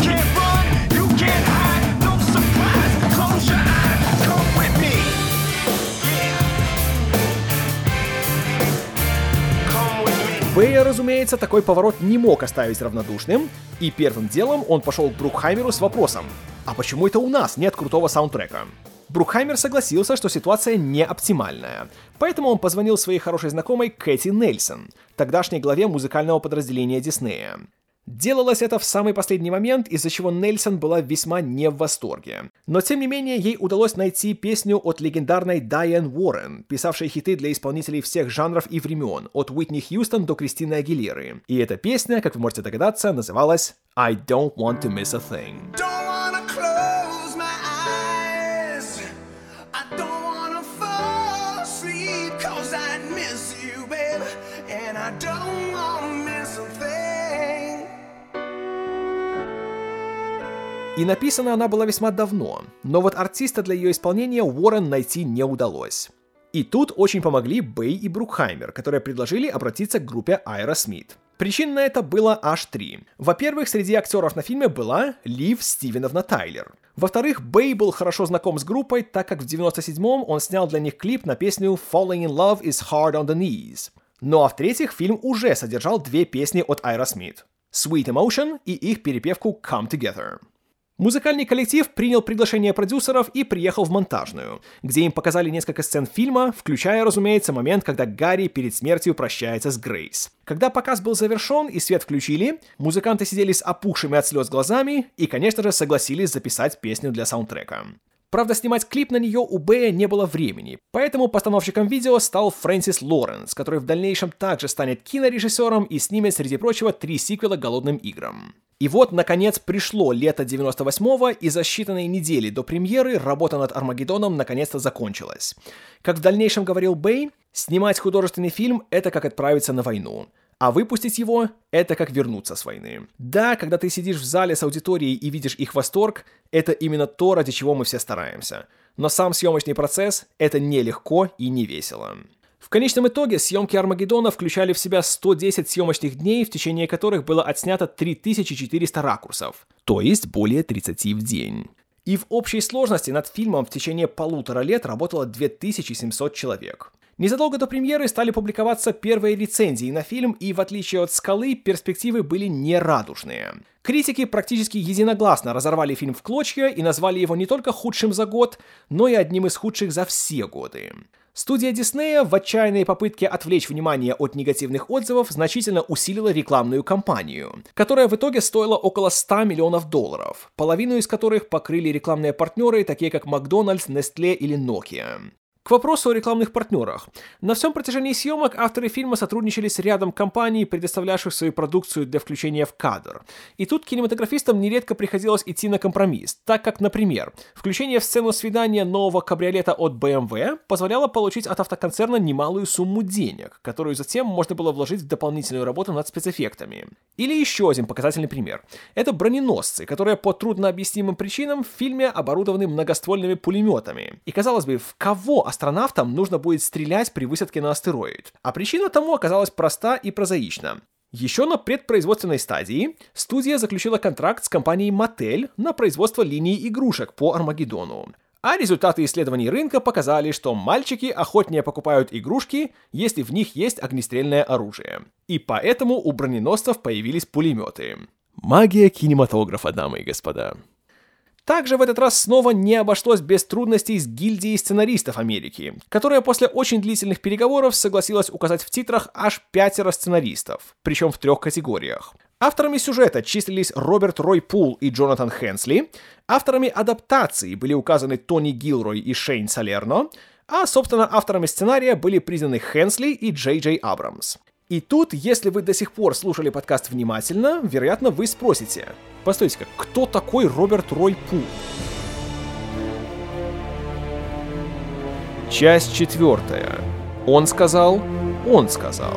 Бэя, разумеется, такой поворот не мог оставить равнодушным, и первым делом он пошел к Брукхаймеру с вопросом: «А почему это у нас нет крутого саундтрека?» Брукхаймер согласился, что ситуация не оптимальная, поэтому он позвонил своей хорошей знакомой Кэти Нельсон, тогдашней главе музыкального подразделения Диснея. Делалось это в самый последний момент, из-за чего Нельсон была весьма не в восторге. Но тем не менее, ей удалось найти песню от легендарной Дайан Уоррен, писавшей хиты для исполнителей всех жанров и времен, от Уитни Хьюстон до Кристины Агилеры. И эта песня, как вы можете догадаться, называлась «I Don't Want to Miss a Thing». И написана она была весьма давно, но вот артиста для ее исполнения Уоррен найти не удалось. И тут очень помогли Бэй и Брукхаймер, которые предложили обратиться к группе Aerosmith. Причин на это было аж три. Во-первых, среди актеров на фильме была Лив Стивеновна Тайлер. Во-вторых, Бэй был хорошо знаком с группой, так как в девяносто седьмом он снял для них клип на песню «Falling in Love is Hard on the Knees». Ну а в-третьих, фильм уже содержал две песни от Aerosmith — «Sweet Emotion» и их перепевку «Come Together». Музыкальный коллектив принял приглашение продюсеров и приехал в монтажную, где им показали несколько сцен фильма, включая, разумеется, момент, когда Гарри перед смертью прощается с Грейс. Когда показ был завершен и свет включили, музыканты сидели с опухшими от слез глазами и, конечно же, согласились записать песню для саундтрека. Правда, снимать клип на нее у Бэя не было времени, поэтому постановщиком видео стал Фрэнсис Лоренс, который в дальнейшем также станет кинорежиссером и снимет, среди прочего, три сиквела «Голодным играм». И вот, наконец, пришло лето девяносто восьмого, и за считанные недели до премьеры работа над «Армагеддоном» наконец-то закончилась. Как в дальнейшем говорил Бэй, снимать художественный фильм — это как отправиться на войну. А выпустить его — это как вернуться с войны. Да, когда ты сидишь в зале с аудиторией и видишь их восторг, это именно то, ради чего мы все стараемся. Но сам съемочный процесс — это нелегко и не весело. В конечном итоге съемки «Армагеддона» включали в себя сто десять съемочных дней, в течение которых было отснято три тысячи четыреста ракурсов, то есть более тридцати в день. И в общей сложности над фильмом в течение полутора лет работало две тысячи семьсот человек. Незадолго до премьеры стали публиковаться первые рецензии на фильм, и в отличие от «Скалы» перспективы были нерадужные. Критики практически единогласно разорвали фильм в клочья и назвали его не только худшим за год, но и одним из худших за все годы. Студия Диснея в отчаянной попытке отвлечь внимание от негативных отзывов значительно усилила рекламную кампанию, которая в итоге стоила около ста миллионов долларов, половину из которых покрыли рекламные партнеры, такие как Макдональдс, Nestle или Nokia. К вопросу о рекламных партнерах. На всем протяжении съемок авторы фильма сотрудничали с рядом компаний, предоставлявших свою продукцию для включения в кадр. И тут кинематографистам нередко приходилось идти на компромисс, так как, например, включение в сцену свидания нового кабриолета от бэ эм вэ позволяло получить от автоконцерна немалую сумму денег, которую затем можно было вложить в дополнительную работу над спецэффектами. Или еще один показательный пример. Это броненосцы, которые по труднообъяснимым причинам в фильме оборудованы многоствольными пулеметами. И, казалось бы, в кого астронавтам нужно будет стрелять при высадке на астероид? А причина тому оказалась проста и прозаична. Еще на предпроизводственной стадии студия заключила контракт с компанией Mattel на производство линии игрушек по Армагеддону. А результаты исследований рынка показали, что мальчики охотнее покупают игрушки, если в них есть огнестрельное оружие. И поэтому у броненосцев появились пулеметы. Магия кинематографа, дамы и господа. Также в этот раз снова не обошлось без трудностей с гильдией сценаристов Америки, которая после очень длительных переговоров согласилась указать в титрах аж пятеро сценаристов, причем в трех категориях. Авторами сюжета числились Роберт Рой Пул и Джонатан Хенсли, авторами адаптации были указаны Тони Гилрой и Шейн Салерно, а, собственно, авторами сценария были признаны Хенсли и Джей Джей Абрамс. И тут, если вы до сих пор слушали подкаст внимательно, вероятно, вы спросите: постойте-ка, кто такой Роберт Рой Пул? Часть четвертая. Он сказал, он сказал.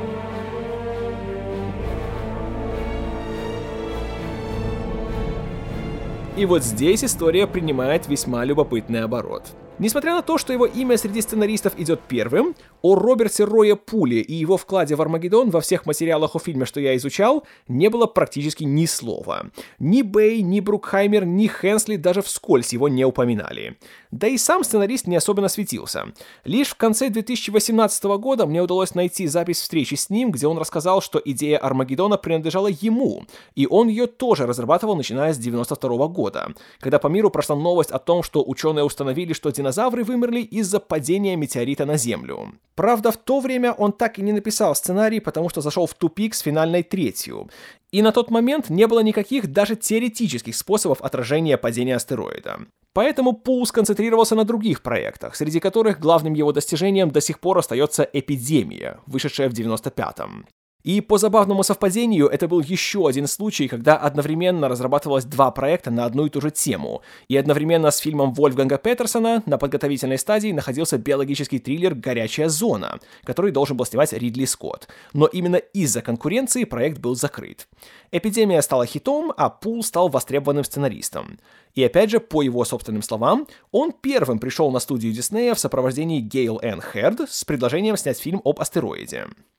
И вот здесь история принимает весьма любопытный оборот. Несмотря на то, что его имя среди сценаристов идет первым, о Роберте Рое Пуле и его вкладе в «Армагеддон» во всех материалах о фильме, что я изучал, не было практически ни слова. Ни Бэй, ни Брукхаймер, ни Хенсли даже вскользь его не упоминали. Да и сам сценарист не особенно светился. Лишь в конце две тысячи восемнадцатого года мне удалось найти запись встречи с ним, где он рассказал, что идея «Армагеддона» принадлежала ему, и он ее тоже разрабатывал, начиная с девяносто второго года, когда по миру прошла новость о том, что ученые установили, что динозавры вымерли из-за падения метеорита на Землю. Правда, в то время он так и не написал сценарий, потому что зашел в тупик с финальной третью. И на тот момент не было никаких даже теоретических способов отражения падения астероида. Поэтому Пул сконцентрировался на других проектах, среди которых главным его достижением до сих пор остается «Эпидемия», вышедшая в девяносто пятом. И по забавному совпадению, это был еще один случай, когда одновременно разрабатывалось два проекта на одну и ту же тему, и одновременно с фильмом Вольфганга Петерсона на подготовительной стадии находился биологический триллер «Горячая зона», который должен был снимать Ридли Скотт. Но именно из-за конкуренции проект был закрыт. «Эпидемия» стала хитом, а Пул стал востребованным сценаристом. И опять же, по его собственным словам, он первым пришел на студию Диснея в сопровождении Гейл Энн Херд с предложением снять фильм об астероиде.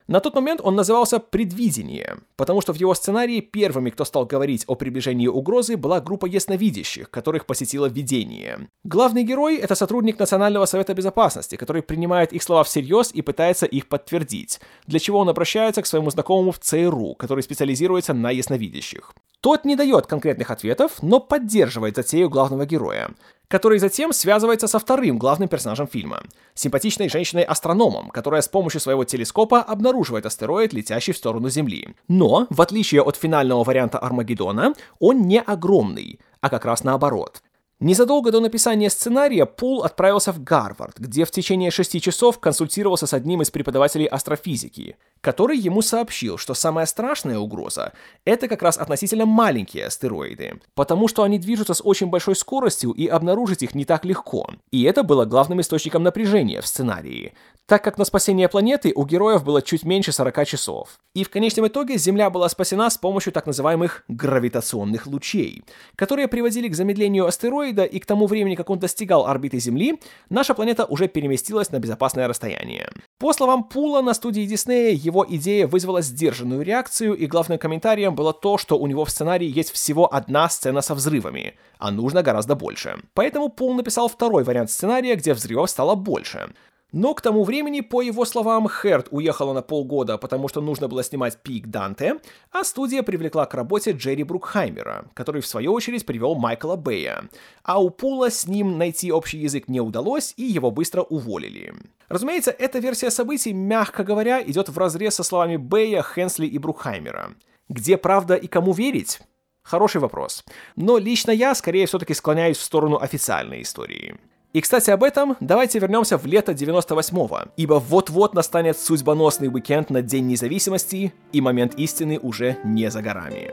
На тот момент он назывался «Предвидение», потому что в его сценарии первыми, кто стал говорить о приближении угрозы, была группа ясновидящих, которых посетило видение. Главный герой — это сотрудник Национального совета безопасности, который принимает их слова всерьез и пытается их подтвердить, для чего он обращается к своему знакомому в ЦРУ, который специализируется на ясновидящих. Тот не дает конкретных ответов, но поддерживает затею главного героя, который затем связывается со вторым главным персонажем фильма — симпатичной женщиной-астрономом, которая с помощью своего телескопа обнаруживает астероид, летящий в сторону Земли. Но, в отличие от финального варианта Армагеддона, он не огромный, а как раз наоборот. Незадолго до написания сценария Пул отправился в Гарвард, где в течение шести часов консультировался с одним из преподавателей астрофизики, который ему сообщил, что самая страшная угроза — это как раз относительно маленькие астероиды, потому что они движутся с очень большой скоростью и обнаружить их не так легко. И это было главным источником напряжения в сценарии, так как на спасение планеты у героев было чуть меньше сорока часов. И в конечном итоге Земля была спасена с помощью так называемых гравитационных лучей, которые приводили к замедлению астероида, и к тому времени, как он достигал орбиты Земли, наша планета уже переместилась на безопасное расстояние. По словам Пула, на студии Диснея его идея вызвала сдержанную реакцию, и главным комментарием было то, что у него в сценарии есть всего одна сцена со взрывами, а нужно гораздо больше. Поэтому Пул написал второй вариант сценария, где взрывов стало больше. Но к тому времени, по его словам, Херд уехала на полгода, потому что нужно было снимать «Пик Данте», а студия привлекла к работе Джерри Брукхаймера, который в свою очередь привел Майкла Бэя. А у Пула с ним найти общий язык не удалось, и его быстро уволили. Разумеется, эта версия событий, мягко говоря, идет вразрез со словами Бэя, Хенсли и Брукхаймера. Где правда и кому верить? Хороший вопрос. Но лично я, скорее, все-таки склоняюсь в сторону официальной истории. И, кстати, об этом давайте вернемся в лето девяносто восьмого, ибо вот-вот настанет судьбоносный уикенд на День независимости, и момент истины уже не за горами.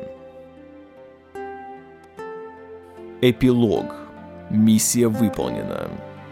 Эпилог. Миссия выполнена.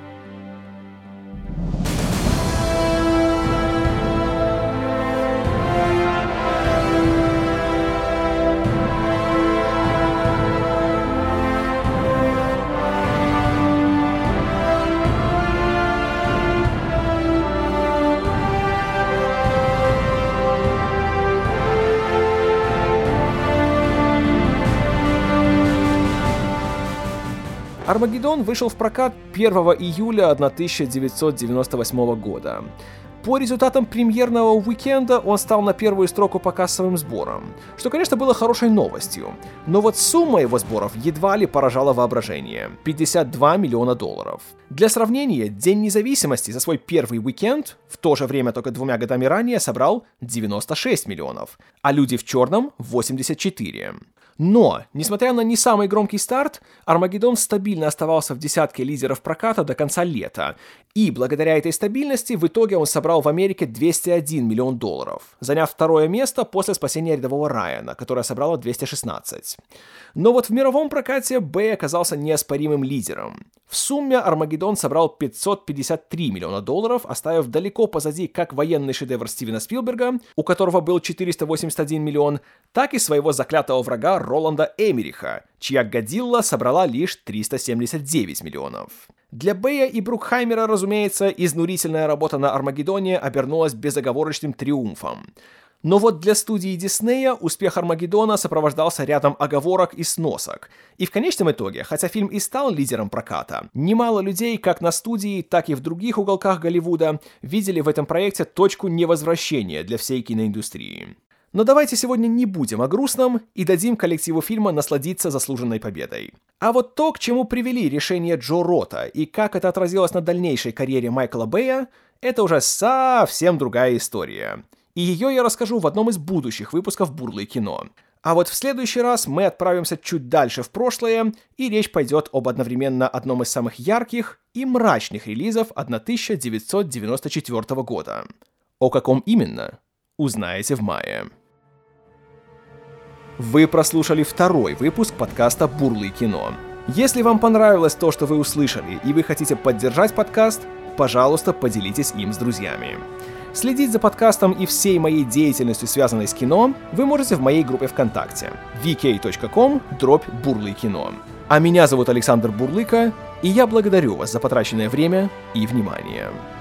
«Армагеддон» вышел в прокат первого июля тысяча девятьсот девяносто восьмого года. По результатам премьерного уикенда он стал на первую строку по кассовым сборам, что, конечно, было хорошей новостью. Но вот сумма его сборов едва ли поражала воображение – пятьдесят два миллиона долларов. Для сравнения, День независимости за свой первый уикенд, в то же время только двумя годами ранее, собрал девяносто шесть миллионов, а «Люди в черном» – восемьдесят четыре. Но, несмотря на не самый громкий старт, «Армагеддон» стабильно оставался в десятке лидеров проката до конца лета, и благодаря этой стабильности в итоге он собрал в Америке двести один миллион долларов, заняв второе место после «Спасения рядового Райана», которое собрало двести шестнадцать. Но вот в мировом прокате Бэй оказался неоспоримым лидером. В сумме «Армагеддон» собрал пятьсот пятьдесят три миллиона долларов, оставив далеко позади как военный шедевр Стивена Спилберга, у которого был четыреста восемьдесят один миллион, так и своего заклятого врага Роланда Эммериха, чья «Годзилла» собрала лишь триста семьдесят девять миллионов. Для Бэя и Брукхаймера, разумеется, изнурительная работа на «Армагеддоне» обернулась безоговорочным триумфом. Но вот для студии Диснея успех «Армагеддона» сопровождался рядом оговорок и сносок. И в конечном итоге, хотя фильм и стал лидером проката, немало людей как на студии, так и в других уголках Голливуда видели в этом проекте точку невозвращения для всей киноиндустрии. Но давайте сегодня не будем о грустном и дадим коллективу фильма насладиться заслуженной победой. А вот то, к чему привели решения Джо Рота и как это отразилось на дальнейшей карьере Майкла Бэя, это уже совсем другая история. И ее я расскажу в одном из будущих выпусков «Бурлое кино». А вот в следующий раз мы отправимся чуть дальше в прошлое, и речь пойдет об одновременно одном из самых ярких и мрачных релизов тысяча девятьсот девяносто четвёртого года. О каком именно, узнаете в мае. Вы прослушали второй выпуск подкаста «Бурлое кино». Если вам понравилось то, что вы услышали, и вы хотите поддержать подкаст, пожалуйста, поделитесь им с друзьями. Следить за подкастом и всей моей деятельностью, связанной с кино, вы можете в моей группе ВКонтакте ви кей точка ком слэш бурлое кино. А меня зовут Александр Бурлыка, и я благодарю вас за потраченное время и внимание.